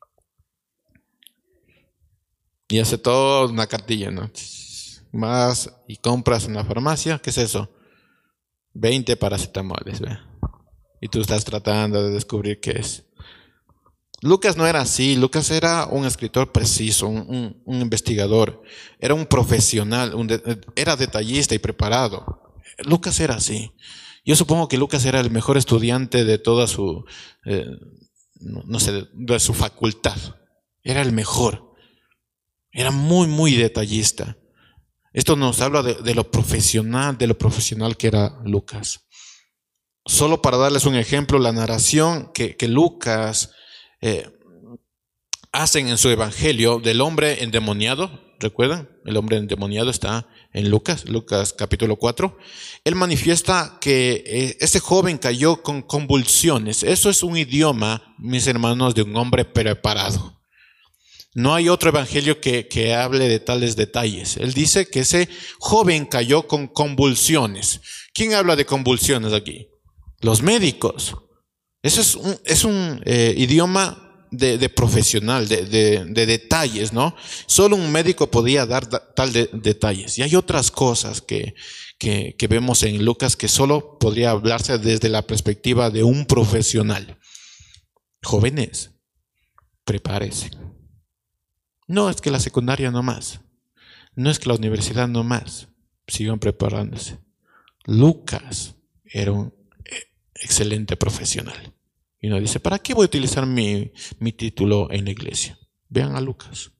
Y hace toda una cartilla, ¿no? Vas y compras en la farmacia, ¿qué es eso? veinte paracetamoles, ¿ve? Y tú estás tratando de descubrir qué es. Lucas no era así. Lucas era un escritor preciso, un, un, un investigador, era un profesional, un de, era detallista y preparado. Lucas era así. Yo supongo que Lucas era el mejor estudiante de toda su, eh, no, no sé, de su facultad. Era el mejor. Era muy, muy detallista. Esto nos habla de, de lo profesional, de lo profesional que era Lucas. Solo para darles un ejemplo, la narración que, que Lucas eh, hacen en su evangelio del hombre endemoniado, ¿recuerdan? El hombre endemoniado está en Lucas, Lucas capítulo cuatro. Él manifiesta que eh, ese joven cayó con convulsiones. Eso es un idioma, mis hermanos, de un hombre preparado. No hay otro evangelio que, que hable de tales detalles. Él dice que ese joven cayó con convulsiones. ¿Quién habla de convulsiones aquí? Los médicos. Eso es un, es un eh, idioma de, de profesional, de, de, de detalles, ¿no? Solo un médico podía dar da, tal de, detalles. Y hay otras cosas que, que, que vemos en Lucas que solo podría hablarse desde la perspectiva de un profesional. Jóvenes, prepárense. No es que la secundaria no más, no es que la universidad no más, sigan preparándose. Lucas era un excelente profesional. Y uno dice, ¿para qué voy a utilizar mi, mi título en la iglesia? Vean a Lucas.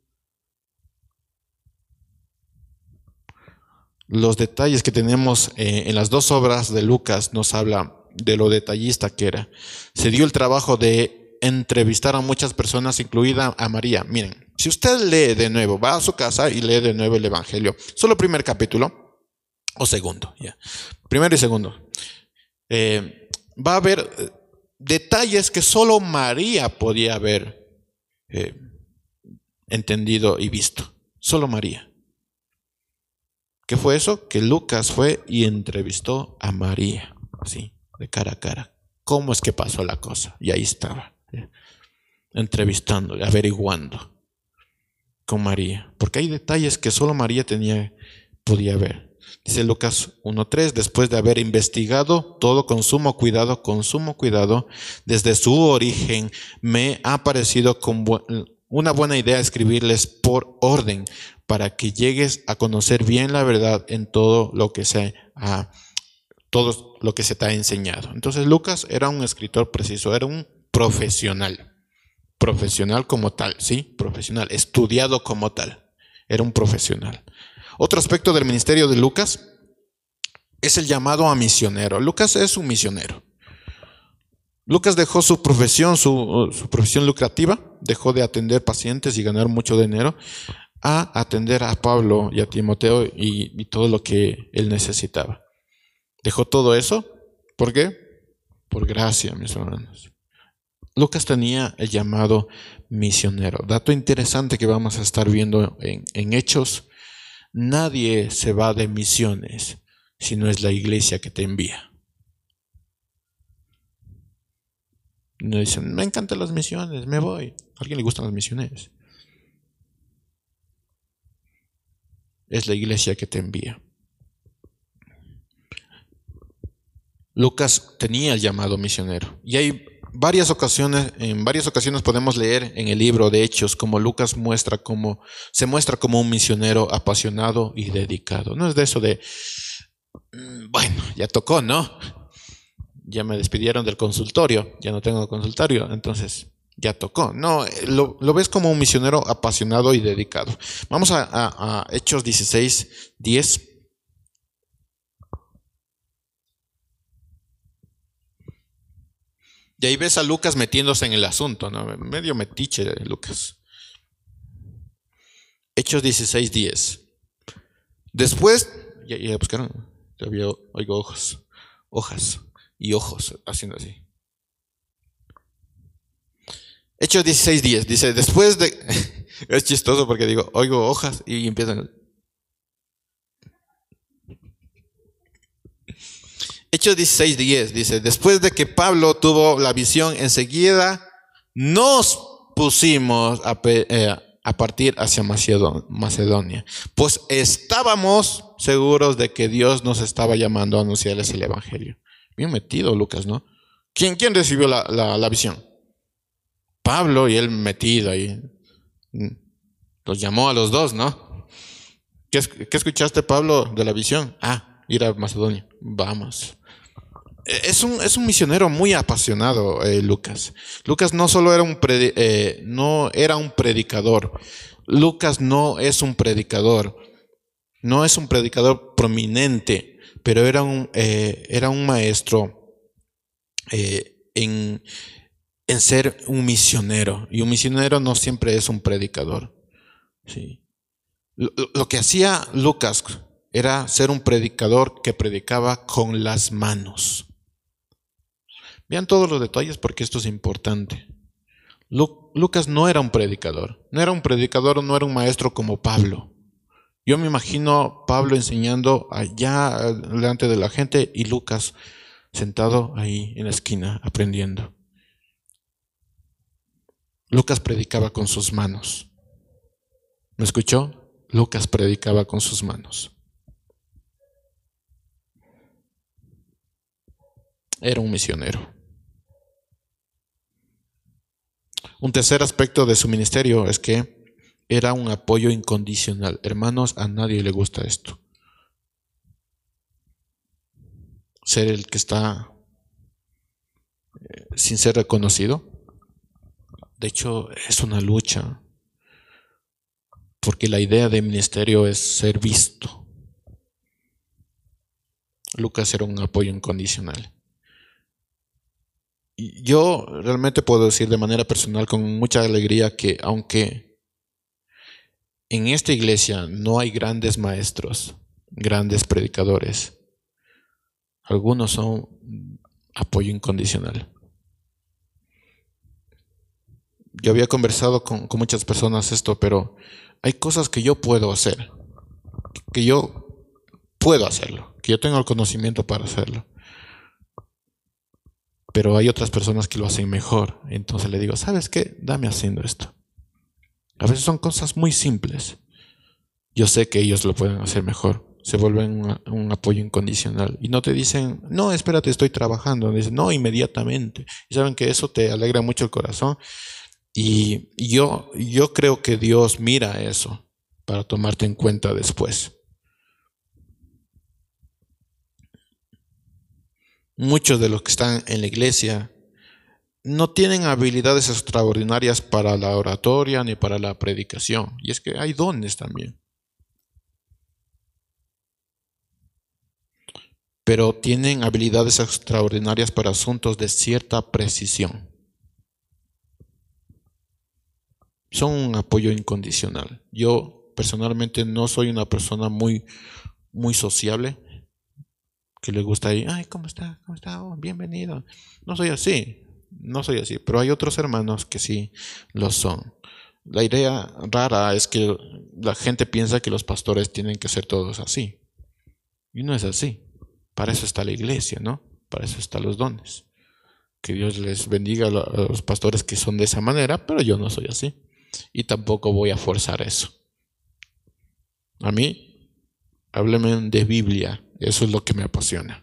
Los detalles que tenemos eh, en las dos obras de Lucas nos habla de lo detallista que era. Se dio el trabajo de entrevistar a muchas personas, incluida a María. Miren, si usted lee de nuevo, va a su casa y lee de nuevo el Evangelio, solo el primer capítulo, o segundo, ya, primero y segundo, eh, va a haber detalles que solo María podía haber eh, entendido y visto. Solo María. ¿Qué fue eso? Que Lucas fue y entrevistó a María, así, de cara a cara. ¿Cómo es que pasó la cosa? Y ahí estaba, ¿eh? entrevistando, averiguando con María. Porque hay detalles que solo María tenía, podía ver. Dice Lucas uno tres, después de haber investigado todo con sumo cuidado, con sumo cuidado, desde su origen, me ha parecido con bu una buena idea escribirles por orden, para que llegues a conocer bien la verdad en todo lo que se ha, todo lo que se te ha enseñado. Entonces Lucas era un escritor preciso, era un profesional, profesional como tal, sí, profesional, estudiado como tal, era un profesional. Otro aspecto del ministerio de Lucas es el llamado a misionero. Lucas es un misionero. Lucas dejó su profesión, su, su profesión lucrativa, dejó de atender pacientes y ganar mucho dinero, a atender a Pablo y a Timoteo y, y todo lo que él necesitaba. Dejó todo eso. ¿Por qué? Por gracia, mis hermanos. Lucas tenía el llamado misionero. Dato interesante que vamos a estar viendo en, en Hechos. Nadie se va de misiones si no es la iglesia que te envía. No dicen, me encantan las misiones, me voy. ¿A alguien le gustan las misiones? Es la iglesia que te envía. Lucas tenía el llamado misionero. Y hay varias ocasiones, en varias ocasiones podemos leer en el libro de Hechos cómo Lucas muestra cómo, se muestra como un misionero apasionado y dedicado. No es de eso de, bueno, ya tocó, ¿no? Ya me despidieron del consultorio, ya no tengo consultorio, entonces ya tocó. No, lo, lo ves como un misionero apasionado y dedicado. Vamos a, a, a Hechos dieciséis, diez. Y ahí ves a Lucas metiéndose en el asunto, ¿no? Medio metiche de Lucas. Hechos dieciséis, diez. Después, ya, ya buscaron, todavía oigo hojas, hojas y ojos haciendo así. Hechos dieciséis, diez. Dice, después de... Es chistoso porque digo, oigo hojas y empiezan... Hechos dieciséis, diez. Dice, después de que Pablo tuvo la visión, enseguida nos pusimos a, eh, a partir hacia Macedonia. Pues estábamos seguros de que Dios nos estaba llamando a anunciarles el evangelio. Bien metido Lucas, ¿no? ¿Quién, quién recibió la, la, la visión? Pablo, y él metido ahí. Los llamó a los dos, ¿no? ¿Qué, qué escuchaste, Pablo, de la visión? Ah, ir a Macedonia. Vamos. Es un, es un misionero muy apasionado, eh, Lucas. Lucas no solo era un, predi, eh, no era un predicador. Lucas no es un predicador. No es un predicador prominente, pero era un, eh, era un maestro eh, en, en ser un misionero. Y un misionero no siempre es un predicador. Sí. Lo, lo que hacía Lucas era ser un predicador que predicaba con las manos. Vean todos los detalles porque esto es importante. Lu, Lucas no era un predicador. No era un predicador, no era un maestro como Pablo. Yo me imagino Pablo enseñando allá delante de la gente y Lucas sentado ahí en la esquina aprendiendo. Lucas predicaba con sus manos. ¿Me escuchó? Lucas predicaba con sus manos. Era un misionero. Un tercer aspecto de su ministerio es que era un apoyo incondicional. Hermanos, a nadie le gusta esto. Ser el que está eh, sin ser reconocido. De hecho, es una lucha. Porque la idea de ministerio es ser visto. Lucas era un apoyo incondicional. Y yo realmente puedo decir de manera personal con mucha alegría que aunque en esta iglesia no hay grandes maestros, grandes predicadores, algunos son apoyo incondicional. Yo había conversado con, con muchas personas esto, pero hay cosas que yo puedo hacer, que yo puedo hacerlo, que yo tengo el conocimiento para hacerlo. Pero hay otras personas que lo hacen mejor. Entonces le digo, ¿sabes qué? Dame haciendo esto. A veces son cosas muy simples. Yo sé que ellos lo pueden hacer mejor. Se vuelven un, un apoyo incondicional. Y no te dicen, no, espérate, estoy trabajando. Dicen, no, inmediatamente. Y saben que eso te alegra mucho el corazón. Y yo, yo creo que Dios mira eso para tomarte en cuenta después. Muchos de los que están en la iglesia no tienen habilidades extraordinarias para la oratoria ni para la predicación. Y es que hay dones también. pero tienen habilidades extraordinarias para asuntos de cierta precisión. Son un apoyo incondicional. Yo personalmente no soy una persona muy, muy sociable, que le gusta ir, ay, ¿cómo está? ¿Cómo está? Oh, bienvenido. No soy así, no soy así, pero hay otros hermanos que sí lo son. La idea rara es que la gente piensa que los pastores tienen que ser todos así. Y no es así. Para eso está la iglesia, ¿no? Para eso están los dones. Que Dios les bendiga a los pastores que son de esa manera, pero yo no soy así. Y tampoco voy a forzar eso. A mí, hábleme de Biblia. Eso es lo que me apasiona.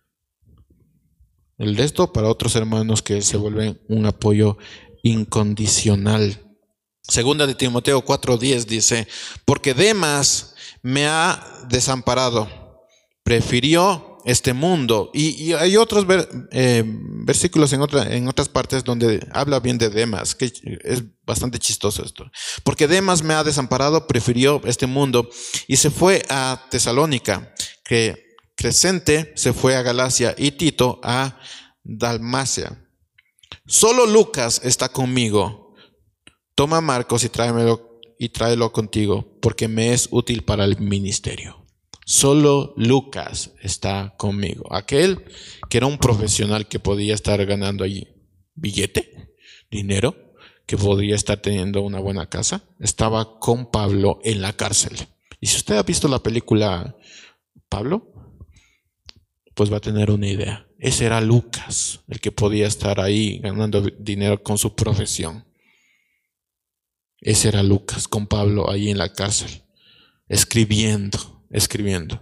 El resto para otros hermanos que se vuelven un apoyo incondicional. Segunda de Timoteo cuatro diez dice, porque Demas me ha desamparado, prefirió este mundo. Y, y hay otros ver, eh, versículos en, otra, en otras partes donde habla bien de Demas, que es bastante chistoso esto. Porque Demas me ha desamparado, prefirió este mundo y se fue a Tesalónica, que Crescente se fue a Galacia y Tito a Dalmacia. Solo Lucas está conmigo. Toma a Marcos y tráemelo y tráelo contigo, porque me es útil para el ministerio. Solo Lucas está conmigo. Aquel que era un profesional que podía estar ganando ahí billete, dinero, que podía estar teniendo una buena casa, estaba con Pablo en la cárcel. Y si usted ha visto la película Pablo, pues va a tener una idea. Ese era Lucas, el que podía estar ahí ganando dinero con su profesión. Ese era Lucas con Pablo ahí en la cárcel, escribiendo, escribiendo.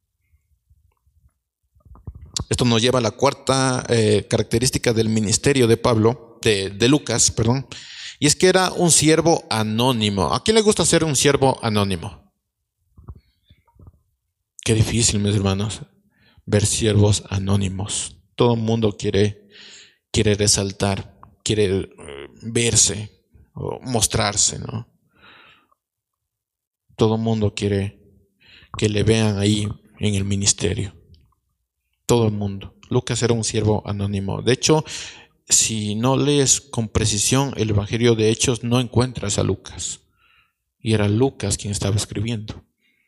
Esto nos lleva a la cuarta eh, característica del ministerio de Pablo, de, de Lucas, perdón, y es que era un siervo anónimo. ¿A quién le gusta ser un siervo anónimo? Qué difícil, mis hermanos, ver siervos anónimos. Todo el mundo quiere, quiere resaltar, quiere eh, verse o mostrarse, ¿no? Todo el mundo quiere que le vean ahí en el ministerio. Todo el mundo. Lucas era un siervo anónimo. De hecho, si no lees con precisión el Evangelio de Hechos, no encuentras a Lucas. Y era Lucas quien estaba escribiendo.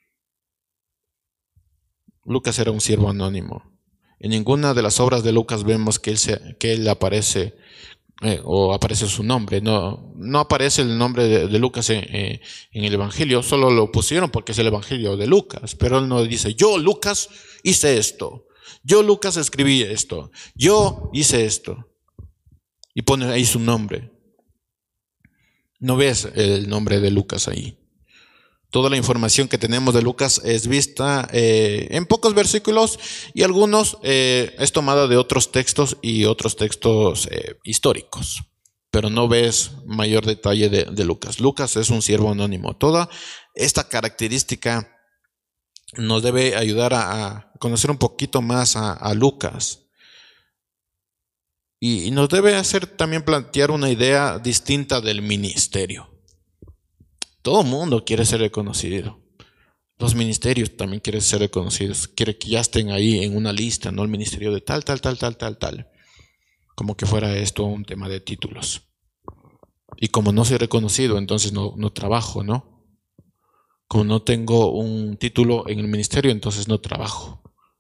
Lucas era un siervo anónimo. En ninguna de las obras de Lucas vemos que él, se, que él aparece eh, o aparece su nombre. No, no aparece el nombre de, de Lucas en, eh, en el Evangelio. Solo lo pusieron porque es el Evangelio de Lucas. Pero él no dice, yo Lucas hice esto. Yo Lucas escribí esto. Yo hice esto. Y pone ahí su nombre. No ves el nombre de Lucas ahí. Toda la información que tenemos de Lucas es vista eh, en pocos versículos y algunos eh, es tomada de otros textos y otros textos eh, históricos. Pero no ves mayor detalle de, de Lucas. Lucas es un siervo anónimo. Toda esta característica nos debe ayudar a, a conocer un poquito más a, a Lucas. Y, y nos debe hacer también plantear una idea distinta del ministerio. Todo el mundo quiere ser reconocido. Los ministerios también quieren ser reconocidos. Quiere que ya estén ahí en una lista, no el ministerio de tal, tal, tal, tal, tal, tal. Como que fuera esto un tema de títulos. Y como no soy reconocido, entonces no, no trabajo, ¿no? Como no tengo un título en el ministerio, entonces no trabajo.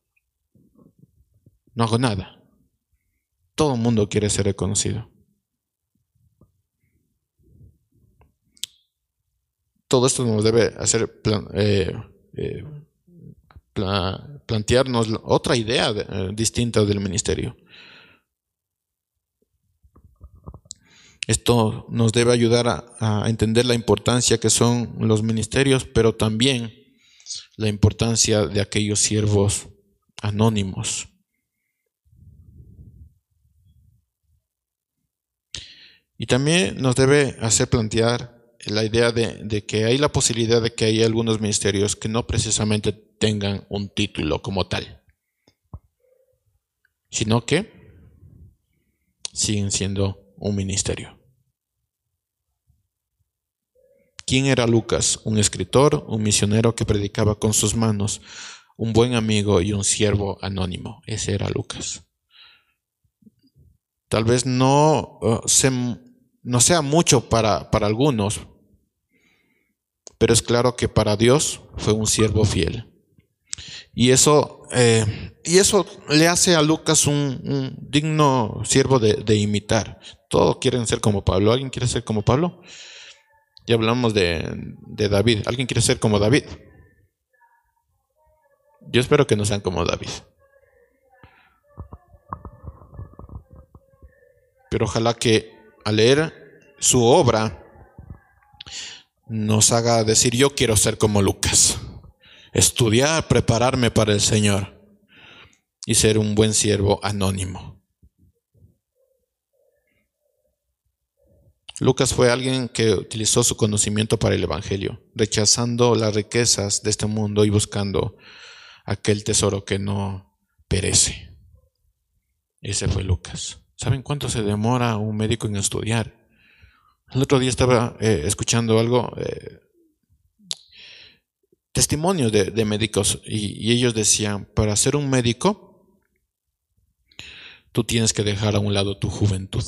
No hago nada. Todo el mundo quiere ser reconocido. Todo esto nos debe hacer plan, eh, eh, plan, plantearnos otra idea de, eh, distinta del ministerio. Esto nos debe ayudar a, a entender la importancia que son los ministerios, pero también la importancia de aquellos siervos anónimos. Y también nos debe hacer plantear la idea de, de que hay la posibilidad de que hay algunos ministerios que no precisamente tengan un título como tal, sino que siguen siendo un ministerio. ¿Quién era Lucas? Un escritor, un misionero que predicaba con sus manos, un buen amigo y un siervo anónimo. Ese era Lucas. Tal vez no, uh, se, no sea mucho para, para algunos, pero es claro que para Dios fue un siervo fiel. Y eso, eh, y eso le hace a Lucas un, un digno siervo de, de imitar. Todos quieren ser como Pablo. ¿Alguien quiere ser como Pablo? Ya hablamos de, de David. ¿Alguien quiere ser como David? Yo espero que no sean como David. Pero ojalá que al leer su obra nos haga decir: yo quiero ser como Lucas. Estudiar, prepararme para el Señor y ser un buen siervo anónimo. Lucas fue alguien que utilizó su conocimiento para el Evangelio, rechazando las riquezas de este mundo y buscando aquel tesoro que no perece. Ese fue Lucas. ¿Saben cuánto se demora un médico en estudiar? El otro día estaba eh, escuchando algo, eh, testimonios de, de médicos, y, y ellos decían: para ser un médico, tú tienes que dejar a un lado tu juventud.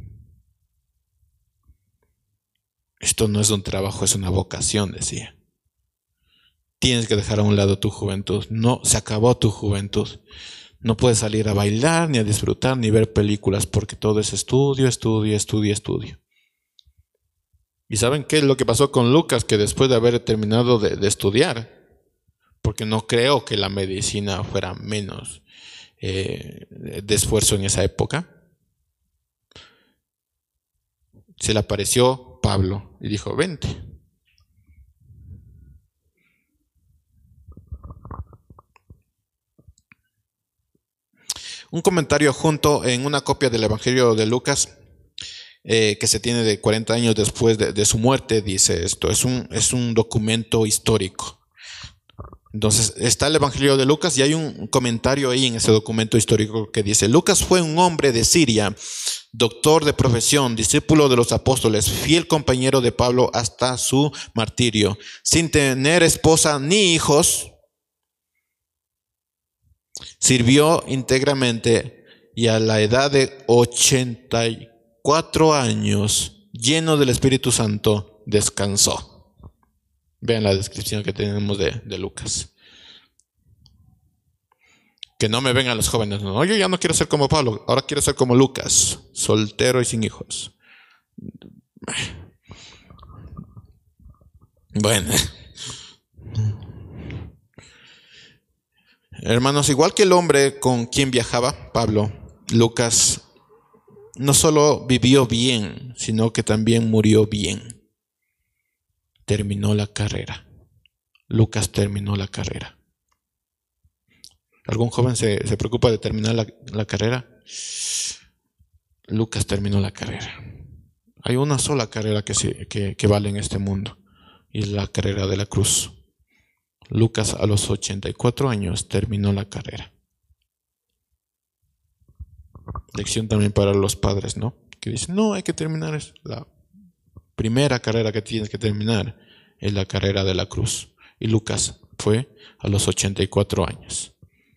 Esto no es un trabajo, es una vocación, decía. Tienes que dejar a un lado tu juventud. No, se acabó tu juventud. No puedes salir a bailar, ni a disfrutar, ni ver películas, porque todo es estudio, estudio, estudio, estudio. ¿Y saben qué es lo que pasó con Lucas? Que después de haber terminado de, de estudiar, porque no creo que la medicina fuera menos eh, de esfuerzo en esa época, se le apareció Pablo y dijo: vente. Un comentario junto en una copia del Evangelio de Lucas, eh, que se tiene de cuarenta años después de, de su muerte, dice esto: es un, es un documento histórico. Entonces está el Evangelio de Lucas y hay un comentario ahí en ese documento histórico que dice: Lucas fue un hombre de Siria, doctor de profesión, discípulo de los apóstoles, fiel compañero de Pablo hasta su martirio, sin tener esposa ni hijos. Sirvió íntegramente y a la edad de ochenta y cuatro años, lleno del Espíritu Santo, descansó. Vean la descripción que tenemos de, de Lucas. Que no me vengan los jóvenes: no, yo ya no quiero ser como Pablo, ahora quiero ser como Lucas, soltero y sin hijos. Bueno, hermanos, igual que el hombre con quien viajaba Pablo, Lucas no solo vivió bien, sino que también murió bien. Terminó la carrera. Lucas terminó la carrera. ¿Algún joven se, se preocupa de terminar la, la carrera? Lucas terminó la carrera. Hay una sola carrera que, se, que, que vale en este mundo, y es la carrera de la cruz. Lucas a los ochenta y cuatro años terminó la carrera. Lección también para los padres, ¿no? Que dicen: no, hay que terminar eso. La primera carrera que tienes que terminar es la carrera de la cruz. Y Lucas fue a los ochenta y cuatro años.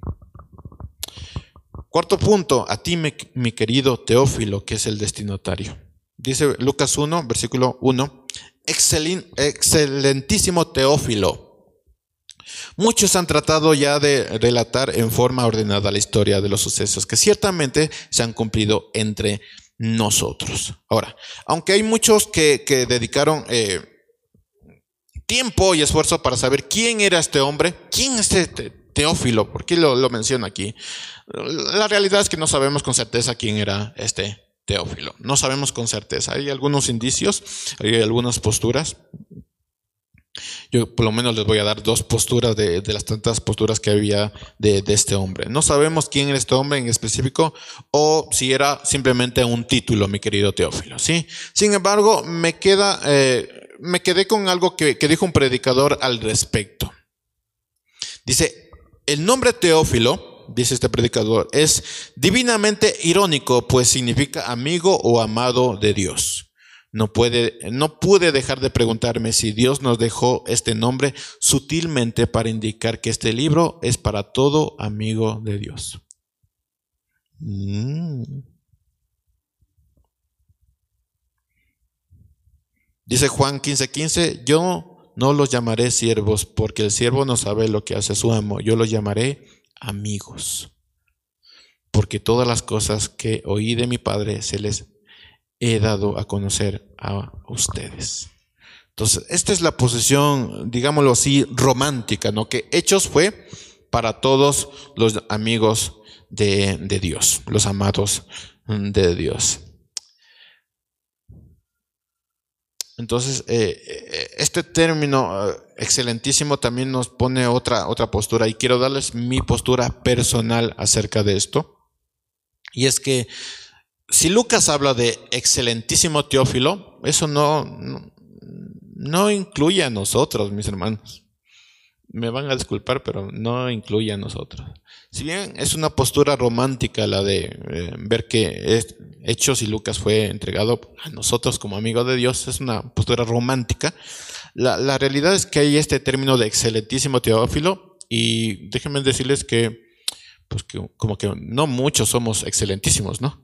Cuarto punto, a ti, mi, mi querido Teófilo, que es el destinatario. Dice Lucas uno, versículo uno: Excelen, excelentísimo Teófilo, muchos han tratado ya de relatar en forma ordenada la historia de los sucesos que ciertamente se han cumplido entre nosotros. Ahora, aunque hay muchos que, que dedicaron eh, tiempo y esfuerzo para saber quién era este hombre, quién es este Teófilo, ¿por qué lo, lo menciona aquí? La realidad es que no sabemos con certeza quién era este Teófilo. No sabemos con certeza. Hay algunos indicios, hay algunas posturas. Yo por lo menos les voy a dar dos posturas de, de las tantas posturas que había de, de este hombre. No sabemos quién era este hombre en específico o si era simplemente un título, mi querido Teófilo, ¿sí? Sin embargo, me, queda, eh, me quedé con algo que, que dijo un predicador al respecto. Dice: el nombre Teófilo, dice este predicador, es divinamente irónico, pues significa amigo o amado de Dios. No puede, no pude dejar de preguntarme si Dios nos dejó este nombre sutilmente para indicar que este libro es para todo amigo de Dios. Mm. Dice Juan quince quince, yo no los llamaré siervos, porque el siervo no sabe lo que hace su amo. Yo los llamaré amigos, porque todas las cosas que oí de mi Padre se les he dado a conocer a ustedes. Entonces, esta es la posición, digámoslo así, romántica, ¿no? Que Hechos fue para todos los amigos de, de Dios, los amados de Dios. Entonces, eh, este término eh, excelentísimo también nos pone otra, otra postura, y quiero darles mi postura personal acerca de esto. Y es que si Lucas habla de excelentísimo Teófilo, eso no, no, no incluye a nosotros, mis hermanos. Me van a disculpar, pero no incluye a nosotros. Si bien es una postura romántica la de eh, ver que es, Hechos y Lucas fue entregado a nosotros como amigos de Dios, es una postura romántica. La, la realidad es que hay este término de excelentísimo Teófilo, y déjenme decirles que, pues que como que no muchos somos excelentísimos, ¿no?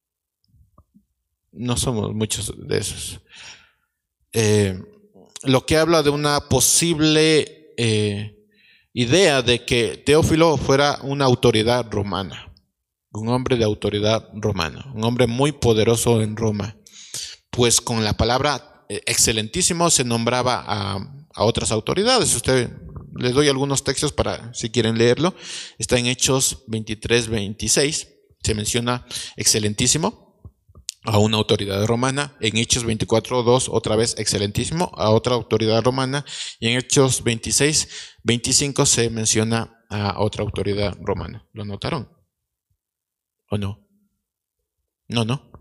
No somos muchos de esos. Eh, lo que habla de una posible eh, idea de que Teófilo fuera una autoridad romana, un hombre de autoridad romana, un hombre muy poderoso en Roma, pues con la palabra excelentísimo se nombraba a, a otras autoridades. Usted, les doy algunos textos para si quieren leerlo. Está en Hechos veintitrés veintiséis, se menciona excelentísimo a una autoridad romana. En Hechos veinticuatro dos, otra vez excelentísimo a otra autoridad romana. Y en Hechos veintiséis veinticinco se menciona a otra autoridad romana. ¿Lo notaron? ¿O no? No, no.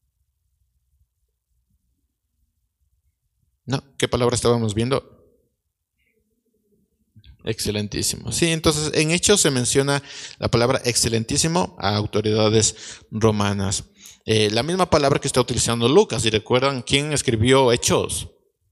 No, ¿qué palabra estábamos viendo? Excelentísimo. Sí, entonces en Hechos se menciona la palabra excelentísimo a autoridades romanas. Eh, la misma palabra que está utilizando Lucas. ¿Y recuerdan quién escribió Hechos?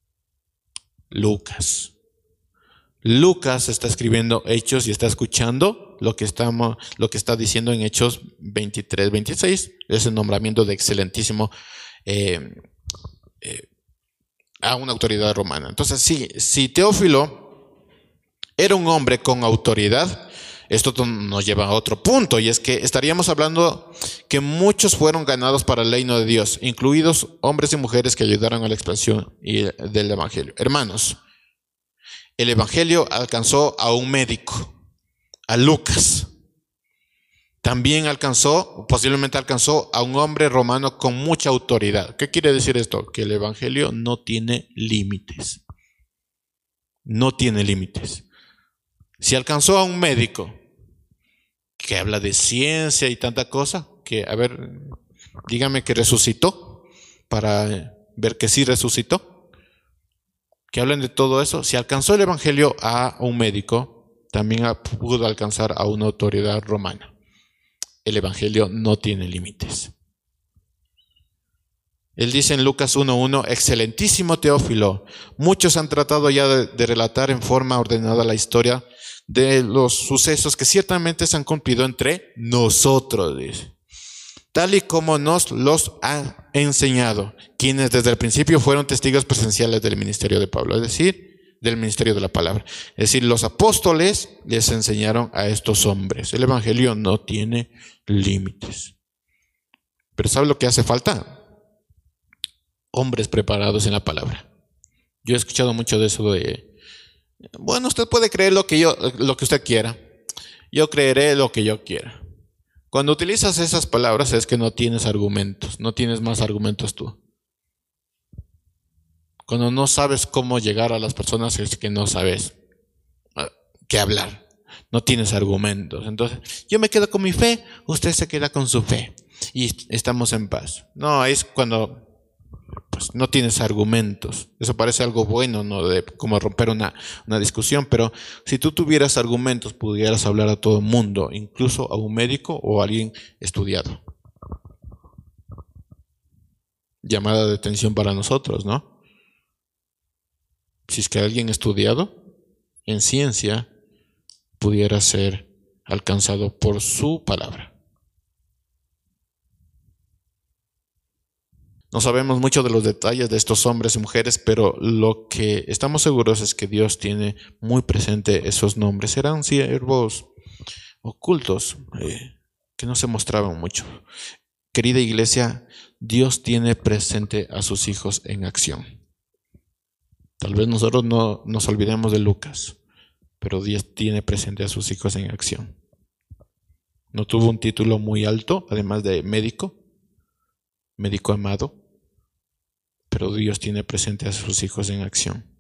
Lucas. Lucas está escribiendo Hechos y está escuchando lo que, estamos, lo que está diciendo en Hechos veintitrés veintiséis, ese nombramiento de excelentísimo eh, eh, a una autoridad romana. Entonces, sí, si Teófilo era un hombre con autoridad, esto nos lleva a otro punto, y es que estaríamos hablando que muchos fueron ganados para el reino de Dios, incluidos hombres y mujeres que ayudaron a la expansión del evangelio. Hermanos, el evangelio alcanzó a un médico, a Lucas. También alcanzó, posiblemente alcanzó a un hombre romano con mucha autoridad. ¿Qué quiere decir esto? Que el evangelio no tiene límites. No tiene límites. Si alcanzó a un médico que habla de ciencia y tanta cosa, que, a ver, dígame que resucitó, para ver que sí resucitó, que hablen de todo eso. Si alcanzó el evangelio a un médico, también pudo alcanzar a una autoridad romana. El evangelio no tiene límites. Él dice en Lucas uno uno, excelentísimo Teófilo, muchos han tratado ya de, de relatar en forma ordenada la historia de los sucesos que ciertamente se han cumplido entre nosotros, dice, tal y como nos los ha enseñado, quienes desde el principio fueron testigos presenciales del ministerio de Pablo, es decir, del ministerio de la palabra. Es decir, los apóstoles les enseñaron a estos hombres. El evangelio no tiene límites. Pero ¿sabe lo que hace falta? Hombres preparados en la palabra. Yo he escuchado mucho de eso de, bueno, usted puede creer lo que yo, lo que usted quiera. Yo creeré lo que yo quiera. Cuando utilizas esas palabras es que no tienes argumentos, no tienes más argumentos tú. Cuando no sabes cómo llegar a las personas es que no sabes qué hablar, no tienes argumentos. Entonces, yo me quedo con mi fe, usted se queda con su fe y estamos en paz. No, es cuando pues, no tienes argumentos. Eso parece algo bueno, ¿no? De como romper una, una discusión, pero si tú tuvieras argumentos, pudieras hablar a todo el mundo, incluso a un médico o a alguien estudiado. llamada de atención para nosotros, ¿no? Si es que alguien estudiado en ciencia pudiera ser alcanzado por su palabra. No sabemos mucho de los detalles de estos hombres y mujeres, pero lo que estamos seguros es que Dios tiene muy presente esos nombres. Eran siervos ocultos eh, que no se mostraban mucho. Querida iglesia, Dios tiene presente a sus hijos en acción. Tal vez nosotros no nos olvidemos de Lucas, pero Dios tiene presente a sus hijos en acción. No tuvo un título muy alto, además de médico, médico amado, pero Dios tiene presente a sus hijos en acción.